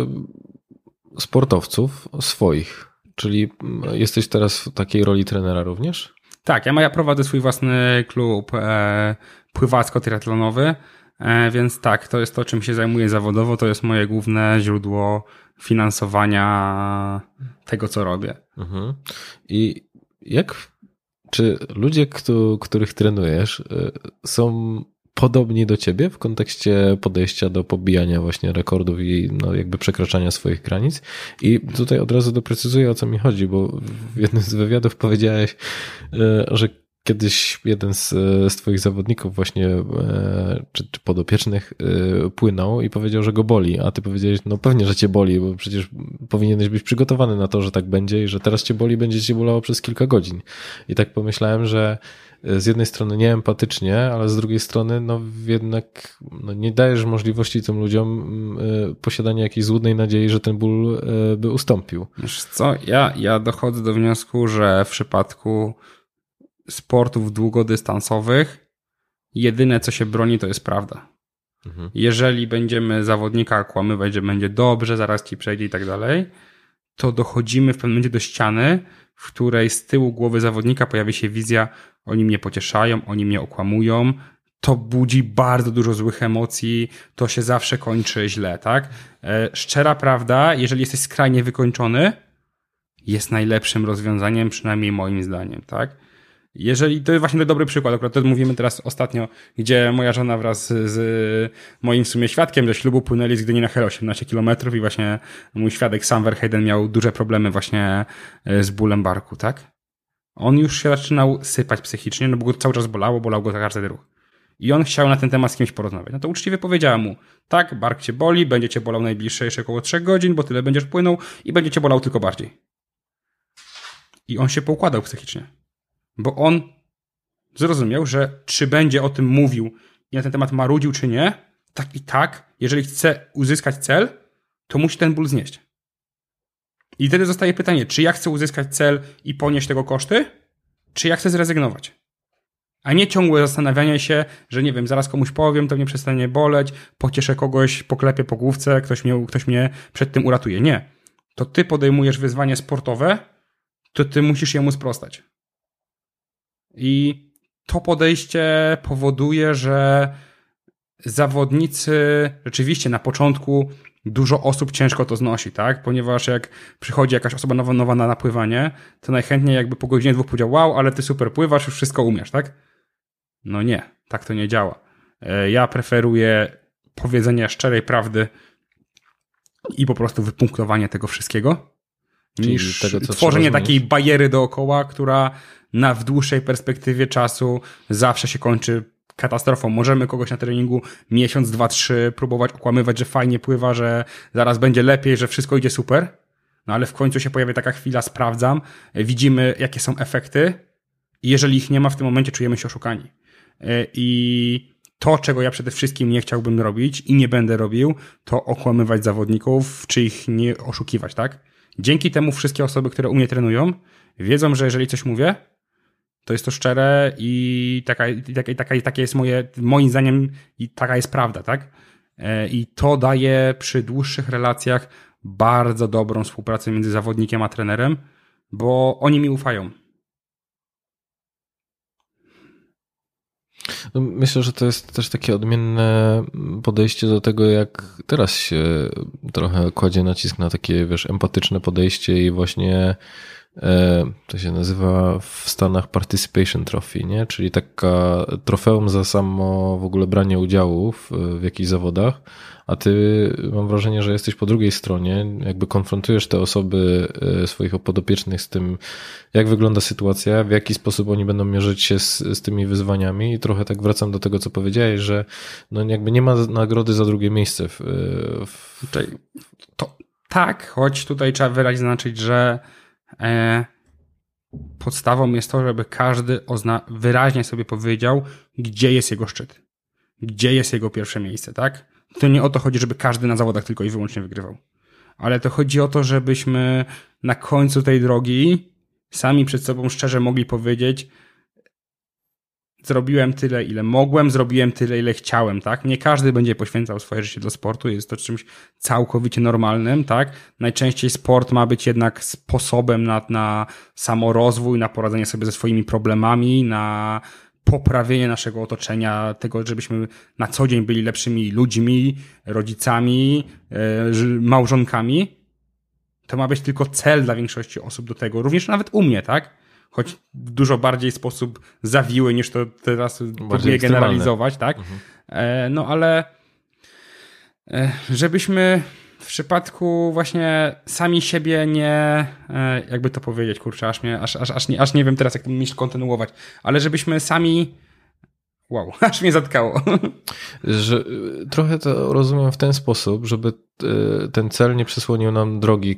sportowców swoich, czyli jesteś teraz w takiej roli trenera również? Tak, ja prowadzę swój własny klub pływacko-triatlonowy, więc tak, to jest to, czym się zajmuję zawodowo, to jest moje główne źródło finansowania tego, co robię. Mhm. I czy ludzie, których trenujesz, są podobni do ciebie w kontekście podejścia do pobijania właśnie rekordów i no jakby przekraczania swoich granic? I tutaj od razu doprecyzuję, o co mi chodzi, bo w jednym z wywiadów powiedziałeś, że kiedyś jeden z twoich zawodników właśnie, czy podopiecznych płynął i powiedział, że go boli, a ty powiedziałeś, no pewnie, że cię boli, bo przecież powinieneś być przygotowany na to, że tak będzie i że teraz cię boli, będzie cię bolało przez kilka godzin. I tak pomyślałem, że z jednej strony nie empatycznie, ale z drugiej strony no jednak no nie dajesz możliwości tym ludziom posiadania jakiejś złudnej nadziei, że ten ból by ustąpił. Wiesz co, ja dochodzę do wniosku, że w przypadku sportów długodystansowych jedyne, co się broni, to jest prawda. Mhm. Jeżeli będziemy zawodnika kłamywać, że będzie dobrze, zaraz ci przejdzie i tak dalej, to dochodzimy w pewnym momencie do ściany, w której z tyłu głowy zawodnika pojawi się wizja, oni mnie pocieszają, oni mnie okłamują, to budzi bardzo dużo złych emocji, to się zawsze kończy źle, tak? Szczera prawda, jeżeli jesteś skrajnie wykończony, jest najlepszym rozwiązaniem, przynajmniej moim zdaniem, tak? Jeżeli, to jest właśnie dobry przykład, akurat to mówimy teraz ostatnio, gdzie moja żona wraz z moim w sumie świadkiem ze ślubu płynęli z Gdyni na Hel 18 km i właśnie mój świadek Sam Verheiden miał duże problemy właśnie z bólem barku, tak? On już się zaczynał sypać psychicznie, no bo go cały czas bolał go każdy ruch. I on chciał na ten temat z kimś porozmawiać. No to uczciwie powiedziałem mu, tak, bark cię boli, będzie cię bolał najbliższe jeszcze około 3 godzin, bo tyle będziesz płynął i będzie cię bolał tylko bardziej. I on się poukładał psychicznie. Bo on zrozumiał, że czy będzie o tym mówił i na ten temat marudził, czy nie, tak i tak, jeżeli chce uzyskać cel, to musi ten ból znieść. I wtedy zostaje pytanie, czy ja chcę uzyskać cel i ponieść tego koszty, czy ja chcę zrezygnować. A nie ciągłe zastanawianie się, że nie wiem, zaraz komuś powiem, to mnie przestanie boleć, pocieszę kogoś, poklepię po główce, ktoś mnie przed tym uratuje. Nie. To ty podejmujesz wyzwanie sportowe, to ty musisz jemu sprostać. I to podejście powoduje, że zawodnicy rzeczywiście na początku dużo osób ciężko to znosi, tak? Ponieważ jak przychodzi jakaś osoba nowa na napływanie, to najchętniej jakby po godzinie 2 powiedział, wow, ale ty super pływasz, już wszystko umiesz, tak? No nie, tak to nie działa. Ja preferuję powiedzenie szczerej prawdy i po prostu wypunktowanie tego wszystkiego, niż tego, tworzenie takiej bariery dookoła, która w dłuższej perspektywie czasu zawsze się kończy katastrofą. Możemy kogoś na treningu miesiąc, 2, 3 próbować okłamywać, że fajnie pływa, że zaraz będzie lepiej, że wszystko idzie super, no ale w końcu się pojawia taka chwila, sprawdzam, widzimy jakie są efekty i jeżeli ich nie ma w tym momencie, czujemy się oszukani. I to, czego ja przede wszystkim nie chciałbym robić i nie będę robił, to okłamywać zawodników, czy ich nie oszukiwać, tak? Dzięki temu wszystkie osoby, które u mnie trenują, wiedzą, że jeżeli coś mówię, to jest to szczere i takie jest moim zdaniem i taka jest prawda, tak? I to daje przy dłuższych relacjach bardzo dobrą współpracę między zawodnikiem a trenerem, bo oni mi ufają. No, myślę, że to jest też takie odmienne podejście do tego, jak teraz się trochę kładzie nacisk na takie, empatyczne podejście i właśnie to się nazywa w Stanach Participation Trophy, nie? Czyli taka trofeum za samo w ogóle branie udziału w jakichś zawodach, a ty mam wrażenie, że jesteś po drugiej stronie, jakby konfrontujesz te osoby, swoich podopiecznych z tym, jak wygląda sytuacja, w jaki sposób oni będą mierzyć się z tymi wyzwaniami i trochę tak wracam do tego, co powiedziałeś, że no jakby nie ma nagrody za drugie miejsce. Tak, choć tutaj trzeba wyraźnie zaznaczyć, że podstawą jest to, żeby każdy wyraźnie sobie powiedział, gdzie jest jego szczyt, gdzie jest jego pierwsze miejsce, tak? To nie o to chodzi, żeby każdy na zawodach tylko i wyłącznie wygrywał, ale to chodzi o to, żebyśmy na końcu tej drogi sami przed sobą szczerze mogli powiedzieć: zrobiłem tyle, ile mogłem, zrobiłem tyle, ile chciałem, tak? Nie każdy będzie poświęcał swoje życie do sportu, jest to czymś całkowicie normalnym, tak? Najczęściej sport ma być jednak sposobem na samorozwój, na poradzenie sobie ze swoimi problemami, na poprawienie naszego otoczenia, tego, żebyśmy na co dzień byli lepszymi ludźmi, rodzicami, małżonkami. To ma być tylko cel dla większości osób do tego, również nawet u mnie, tak? Choć w dużo bardziej sposób zawiły, niż to teraz próbuję generalizować, tak? No ale żebyśmy w przypadku właśnie sami siebie nie, jakby to powiedzieć, kurczę, aż nie wiem teraz, jak to myśl kontynuować, ale żebyśmy sami, aż mnie zatkało. Że trochę to rozumiem w ten sposób, żeby ten cel nie przysłonił nam drogi,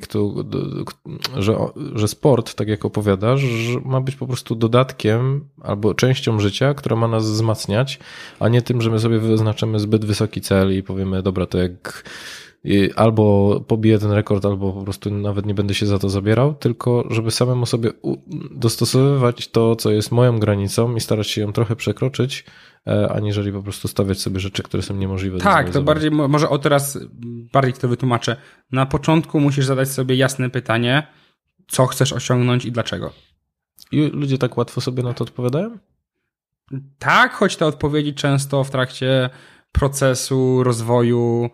że sport, tak jak opowiadasz, że ma być po prostu dodatkiem albo częścią życia, która ma nas wzmacniać, a nie tym, że my sobie wyznaczymy zbyt wysoki cel i powiemy, dobra, to jak albo pobiję ten rekord, albo po prostu nawet nie będę się za to zabierał, tylko żeby samemu sobie dostosowywać to, co jest moją granicą i starać się ją trochę przekroczyć, aniżeli po prostu stawiać sobie rzeczy, które są niemożliwe. Tak, to bardziej, może teraz bardziej to wytłumaczę. Na początku musisz zadać sobie jasne pytanie, co chcesz osiągnąć i dlaczego. I ludzie tak łatwo sobie na to odpowiadają? Tak, choć te odpowiedzi często w trakcie procesu rozwoju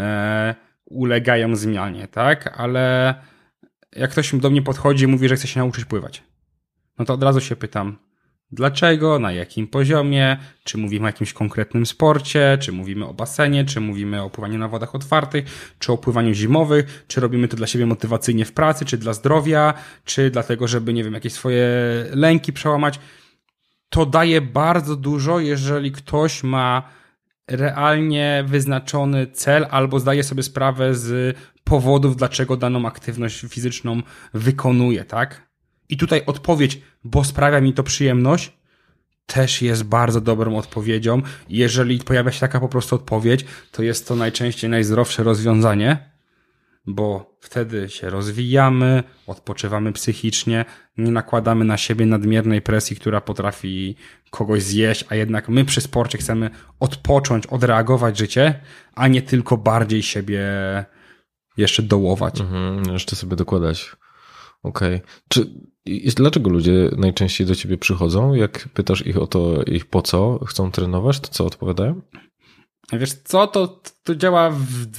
ulegają zmianie, tak? Ale jak ktoś do mnie podchodzi i mówi, że chce się nauczyć pływać, no to od razu się pytam, dlaczego, na jakim poziomie, czy mówimy o jakimś konkretnym sporcie, czy mówimy o basenie, czy mówimy o pływaniu na wodach otwartych, czy o pływaniu zimowych, czy robimy to dla siebie motywacyjnie w pracy, czy dla zdrowia, czy dlatego, żeby, nie wiem, jakieś swoje lęki przełamać. To daje bardzo dużo, jeżeli ktoś ma realnie wyznaczony cel albo zdaje sobie sprawę z powodów, dlaczego daną aktywność fizyczną wykonuje, tak? I tutaj odpowiedź, bo sprawia mi to przyjemność, też jest bardzo dobrą odpowiedzią. Jeżeli pojawia się taka po prostu odpowiedź, to jest to najczęściej najzdrowsze rozwiązanie, bo wtedy się rozwijamy, odpoczywamy psychicznie, nie nakładamy na siebie nadmiernej presji, która potrafi kogoś zjeść, a jednak my przy sporcie chcemy odpocząć, odreagować życie, a nie tylko bardziej siebie jeszcze dołować. Jeszcze sobie dokładać. Okej. Dlaczego ludzie najczęściej do ciebie przychodzą? Jak pytasz ich o to, ich po co chcą trenować, to co odpowiadają? Wiesz co, to działa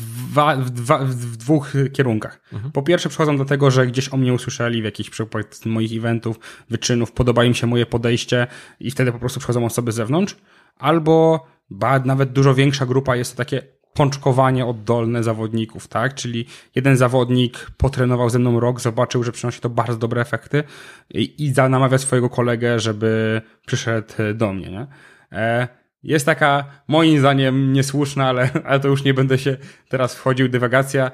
w dwóch kierunkach. Po pierwsze przychodzą do tego, że gdzieś o mnie usłyszeli w jakichś przypadkach moich eventów, wyczynów, podoba im się moje podejście i wtedy po prostu przychodzą osoby z zewnątrz, albo nawet dużo większa grupa jest to takie pączkowanie oddolne zawodników, tak? Czyli jeden zawodnik potrenował ze mną rok, zobaczył, że przynosi to bardzo dobre efekty i namawia swojego kolegę, żeby przyszedł do mnie, nie? Jest taka, moim zdaniem, niesłuszna, ale to już nie będę się teraz wchodził, dywagacja,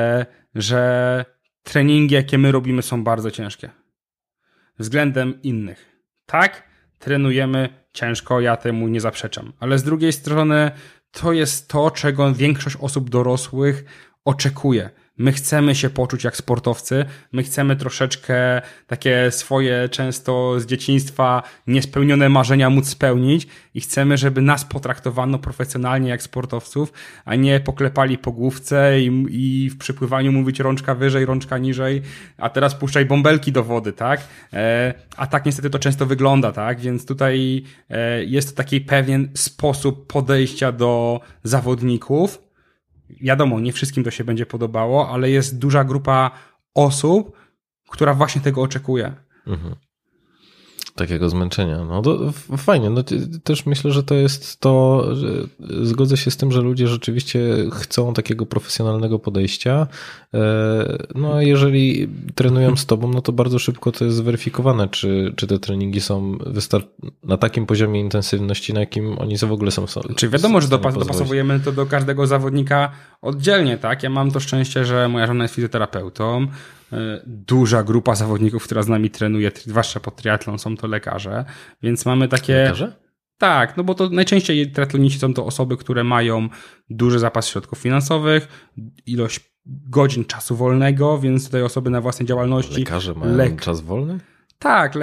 że treningi, jakie my robimy, są bardzo ciężkie względem innych. Tak, trenujemy ciężko, ja temu nie zaprzeczam, ale z drugiej strony to jest to, czego większość osób dorosłych oczekuje. My chcemy się poczuć jak sportowcy, my chcemy troszeczkę takie swoje często z dzieciństwa niespełnione marzenia móc spełnić i chcemy, żeby nas potraktowano profesjonalnie jak sportowców, a nie poklepali po główce i w przypływaniu mówić rączka wyżej, rączka niżej, a teraz puszczaj bąbelki do wody, tak? A tak niestety to często wygląda, tak? Więc tutaj jest to taki pewien sposób podejścia do zawodników. Wiadomo, nie wszystkim to się będzie podobało, ale jest duża grupa osób, która właśnie tego oczekuje. Mhm. Takiego zmęczenia. No to fajnie. No, też myślę, że to jest to, że zgodzę się z tym, że ludzie rzeczywiście chcą takiego profesjonalnego podejścia. No a jeżeli trenują z tobą, no to bardzo szybko to jest zweryfikowane, czy te treningi są na takim poziomie intensywności, na jakim oni w ogóle są. Czy wiadomo, że dopasowujemy to do każdego zawodnika oddzielnie, tak? Ja mam to szczęście, że moja żona jest fizjoterapeutą. Duża grupa zawodników, która z nami trenuje, zwłaszcza pod triatlon, są to lekarze, więc mamy takie... Lekarze? Tak, no bo to najczęściej triatloniści są to osoby, które mają duży zapas środków finansowych, ilość godzin czasu wolnego, więc tutaj osoby na własnej działalności... Lekarze mają czas wolny? Tak,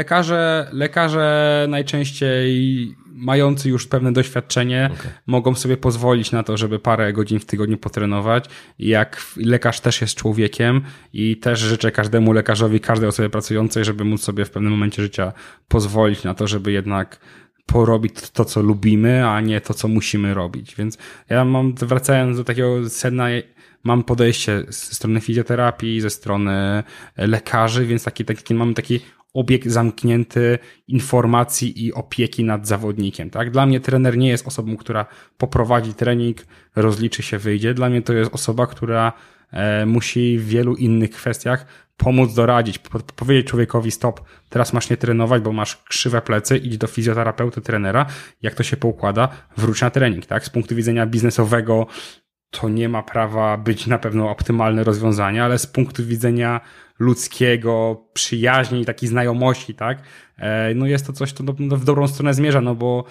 lekarze najczęściej mający już pewne doświadczenie mogą sobie pozwolić na to, żeby parę godzin w tygodniu potrenować. Jak lekarz też jest człowiekiem i też życzę każdemu lekarzowi, każdej osobie pracującej, żeby móc sobie w pewnym momencie życia pozwolić na to, żeby jednak porobić to, co lubimy, a nie to, co musimy robić. Więc ja wracając do takiego sedna, mam podejście ze strony fizjoterapii, ze strony lekarzy, więc mamy taki obieg zamknięty informacji i opieki nad zawodnikiem. Tak? Dla mnie trener nie jest osobą, która poprowadzi trening, rozliczy się, wyjdzie. Dla mnie to jest osoba, która musi w wielu innych kwestiach pomóc doradzić, powiedzieć człowiekowi stop, teraz masz nie trenować, bo masz krzywe plecy, idź do fizjoterapeuty, trenera, jak to się poukłada, wróć na trening. Tak? Z punktu widzenia biznesowego to nie ma prawa być na pewno optymalne rozwiązanie, ale z punktu widzenia ludzkiego, przyjaźni i takiej znajomości, tak, no jest to coś, to w dobrą stronę zmierza, no bo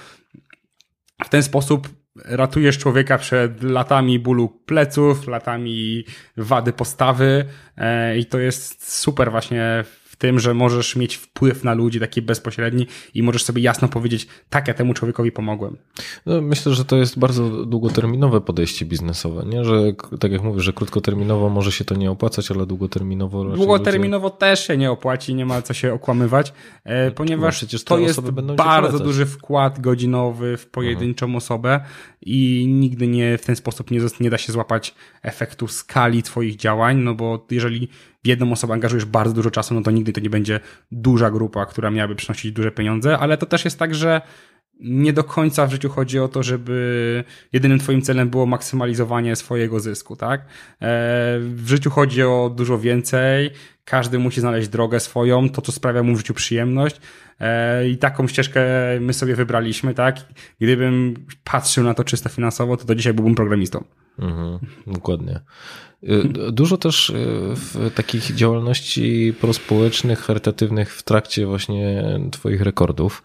w ten sposób ratujesz człowieka przed latami bólu pleców, latami wady postawy i to jest super właśnie w tym, że możesz mieć wpływ na ludzi taki bezpośredni i możesz sobie jasno powiedzieć, tak, ja temu człowiekowi pomogłem. No, myślę, że to jest bardzo długoterminowe podejście biznesowe, nie? Że tak jak mówisz, że krótkoterminowo może się to nie opłacać, ale długoterminowo raczej długoterminowo też się nie opłaci, nie ma co się okłamywać, ponieważ to jest bardzo duży wkład godzinowy w pojedynczą osobę i nigdy nie w ten sposób nie da się złapać efektu skali twoich działań, no bo jeżeli w jedną osobę angażujesz bardzo dużo czasu, no to nigdy to nie będzie duża grupa, która miałaby przynosić duże pieniądze, ale to też jest tak, że nie do końca w życiu chodzi o to, żeby jedynym twoim celem było maksymalizowanie swojego zysku, tak? W życiu chodzi o dużo więcej, każdy musi znaleźć drogę swoją, to co sprawia mu w życiu przyjemność i taką ścieżkę my sobie wybraliśmy, tak? Gdybym patrzył na to czysto finansowo, to do dzisiaj byłbym programistą. Dokładnie. Dużo też takich działalności prospołecznych, charytatywnych w trakcie właśnie twoich rekordów.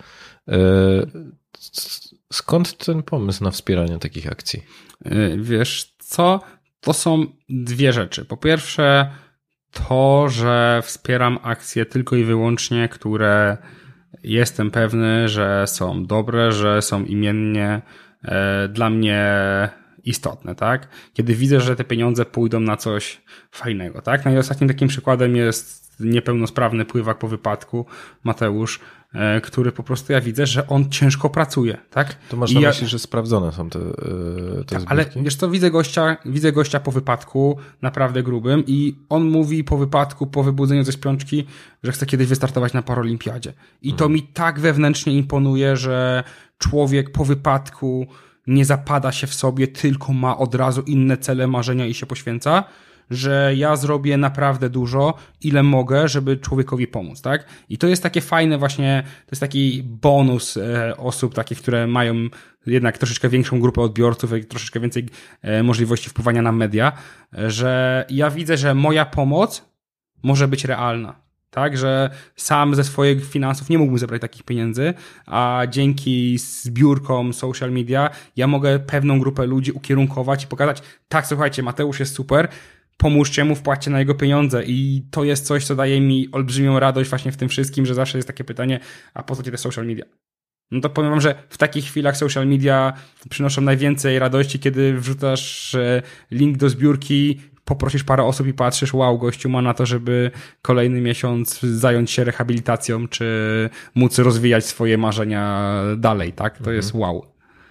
Skąd ten pomysł na wspieranie takich akcji? Wiesz co? To są dwie rzeczy. Po pierwsze to, że wspieram akcje tylko i wyłącznie, które jestem pewny, że są dobre, że są imiennie dla mnie istotne, tak? Kiedy widzę, że te pieniądze pójdą na coś fajnego, tak? No i ostatnim takim przykładem jest niepełnosprawny pływak po wypadku, Mateusz, który po prostu ja widzę, że on ciężko pracuje, tak? To masz na myśli, że sprawdzone są te tak, ale wiesz co, widzę gościa po wypadku naprawdę grubym i on mówi po wypadku, po wybudzeniu ze śpiączki, że chce kiedyś wystartować na Paralimpiadzie. I to mi tak wewnętrznie imponuje, że człowiek po wypadku nie zapada się w sobie, tylko ma od razu inne cele, marzenia i się poświęca, że ja zrobię naprawdę dużo, ile mogę, żeby człowiekowi pomóc, tak? I to jest takie fajne właśnie, to jest taki bonus osób takich, które mają jednak troszeczkę większą grupę odbiorców i troszeczkę więcej możliwości wpływania na media, że ja widzę, że moja pomoc może być realna. Tak, że sam ze swoich finansów nie mógłbym zebrać takich pieniędzy, a dzięki zbiórkom social media ja mogę pewną grupę ludzi ukierunkować i pokazać, tak, słuchajcie, Mateusz jest super, pomóżcie mu, wpłaćcie na jego pieniądze i to jest coś, co daje mi olbrzymią radość właśnie w tym wszystkim, że zawsze jest takie pytanie, a po co ci te social media? No to powiem wam, że w takich chwilach social media przynoszą najwięcej radości, kiedy wrzucasz link do zbiórki, poprosisz parę osób i patrzysz, wow, gościu ma na to, żeby kolejny miesiąc zająć się rehabilitacją, czy móc rozwijać swoje marzenia dalej, tak? To jest wow.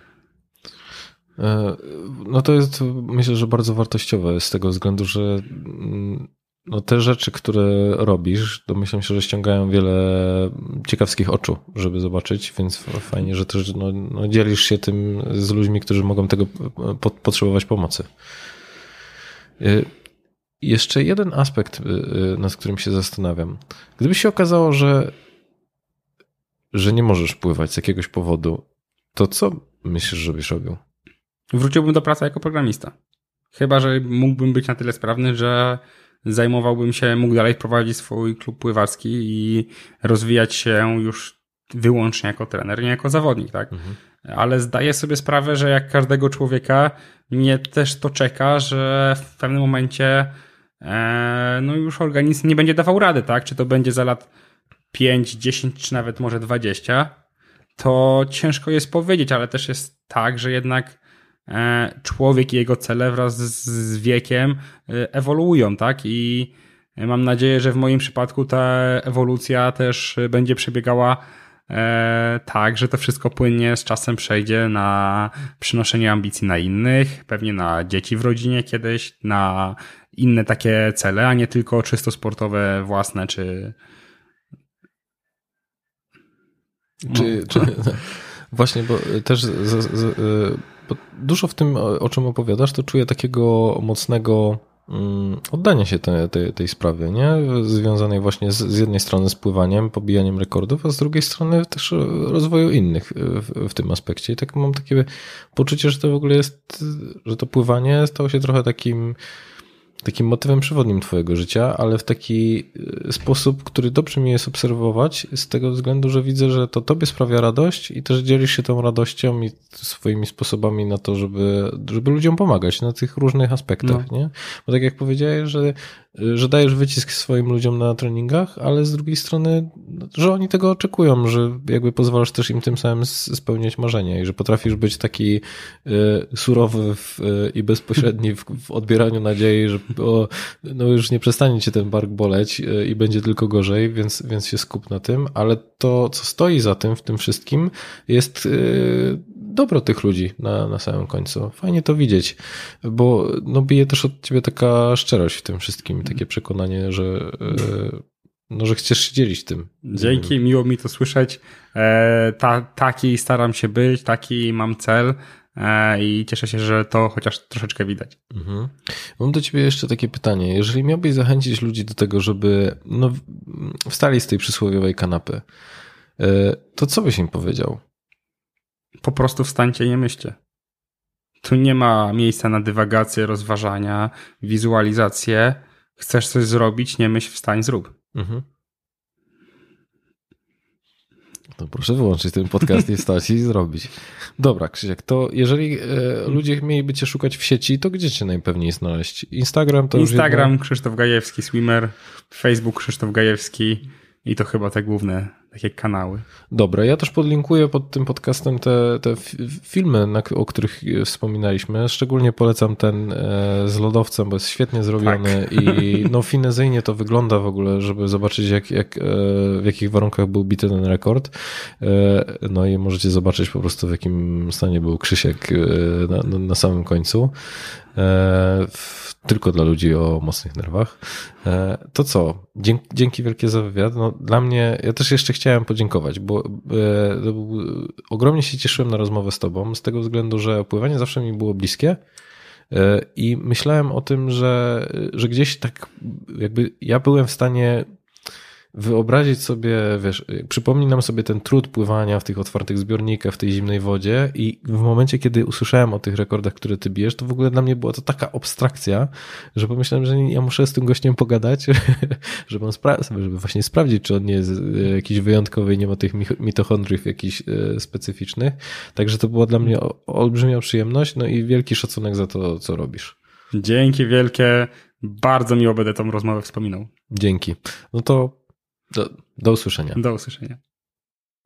No to jest, myślę, że bardzo wartościowe z tego względu, że no te rzeczy, które robisz, domyślam się, że ściągają wiele ciekawskich oczu, żeby zobaczyć, więc fajnie, że też no dzielisz się tym z ludźmi, którzy mogą tego potrzebować pomocy. Jeszcze jeden aspekt, nad którym się zastanawiam. Gdyby się okazało, że nie możesz pływać z jakiegoś powodu, to co myślisz, żebyś robił? Wróciłbym do pracy jako programista. Chyba że mógłbym być na tyle sprawny, że mógł dalej prowadzić swój klub pływacki i rozwijać się już wyłącznie jako trener, nie jako zawodnik, tak? Ale zdaję sobie sprawę, że jak każdego człowieka, mnie też to czeka, że w pewnym momencie no już organizm nie będzie dawał rady, tak? Czy to będzie za lat 5, 10, czy nawet może 20, to ciężko jest powiedzieć, ale też jest tak, że jednak człowiek i jego cele wraz z wiekiem ewoluują, tak? I mam nadzieję, że w moim przypadku ta ewolucja też będzie przebiegała tak, że to wszystko płynnie z czasem przejdzie na przynoszenie ambicji na innych, pewnie na dzieci w rodzinie kiedyś, na inne takie cele, a nie tylko czysto sportowe własne, czy Właśnie, bo też bo dużo w tym, o czym opowiadasz, to czuję takiego mocnego oddania się tej sprawie, nie? Związanej właśnie z jednej strony z pływaniem, pobijaniem rekordów, a z drugiej strony też rozwoju innych w tym aspekcie. I tak mam takie poczucie, że to w ogóle jest, że to pływanie stało się trochę takim motywem przewodnim twojego życia, ale w taki sposób, który dobrze mi jest obserwować, z tego względu, że widzę, że to tobie sprawia radość i też dzielisz się tą radością i swoimi sposobami na to, żeby ludziom pomagać na tych różnych aspektach, nie? Bo tak jak powiedziałeś, że dajesz wycisk swoim ludziom na treningach, ale z drugiej strony, że oni tego oczekują, że jakby pozwalasz też im tym samym spełniać marzenia i że potrafisz być taki surowy i bezpośredni w odbieraniu nadziei, że no już nie przestanie cię ten bark boleć i będzie tylko gorzej, więc się skup na tym, ale to, co stoi za tym w tym wszystkim, jest dobro tych ludzi na samym końcu. Fajnie to widzieć, bo no bije też od ciebie taka szczerość w tym wszystkim, takie przekonanie, że chcesz się dzielić tym. Dzięki, miło mi to słyszeć. Taki staram się być, taki mam cel i cieszę się, że to chociaż troszeczkę widać. Mhm. Mam do ciebie jeszcze takie pytanie. Jeżeli miałbyś zachęcić ludzi do tego, żeby wstali z tej przysłowiowej kanapy, to co byś im powiedział? Po prostu wstańcie i nie myślcie. Tu nie ma miejsca na dywagacje, rozważania, wizualizację. Chcesz coś zrobić, nie myśl, wstań, zrób. Mhm. No proszę wyłączyć ten podcast i wstać i zrobić. Dobra, Krzysiek, to jeżeli ludzie mieliby cię szukać w sieci, to gdzie cię najpewniej znaleźć? Instagram to Instagram, już Krzysztof Gajewski, swimmer, Facebook Krzysztof Gajewski i to chyba te główne takie kanały. Dobra, ja też podlinkuję pod tym podcastem te filmy, o których wspominaliśmy. Szczególnie polecam ten z lodowcem, bo jest świetnie zrobiony i no finezyjnie to wygląda w ogóle, żeby zobaczyć w jakich warunkach był bity ten rekord. No i możecie zobaczyć po prostu w jakim stanie był Krzysiek na samym końcu. Tylko dla ludzi o mocnych nerwach. To co? Dzięki wielkie za wywiad. No, dla mnie, ja też jeszcze chciałem podziękować, bo ogromnie się cieszyłem na rozmowę z tobą, z tego względu, że pływanie zawsze mi było bliskie i myślałem o tym, że gdzieś tak jakby ja byłem w stanie wyobrazić sobie, wiesz, przypomnij nam sobie ten trud pływania w tych otwartych zbiornikach, w tej zimnej wodzie i w momencie, kiedy usłyszałem o tych rekordach, które ty bijesz, to w ogóle dla mnie była to taka abstrakcja, że pomyślałem, że ja muszę z tym gościem pogadać, żeby właśnie sprawdzić, czy on nie jest jakiś wyjątkowy i nie ma tych mitochondriów jakichś specyficznych. Także to była dla mnie olbrzymia przyjemność, no i wielki szacunek za to, co robisz. Dzięki wielkie. Bardzo miło będę tą rozmowę wspominał. Dzięki. No to do usłyszenia. Do usłyszenia.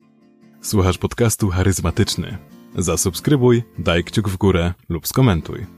Słuchasz podcastu Charyzmatyczny. Zasubskrybuj, daj kciuk w górę lub skomentuj.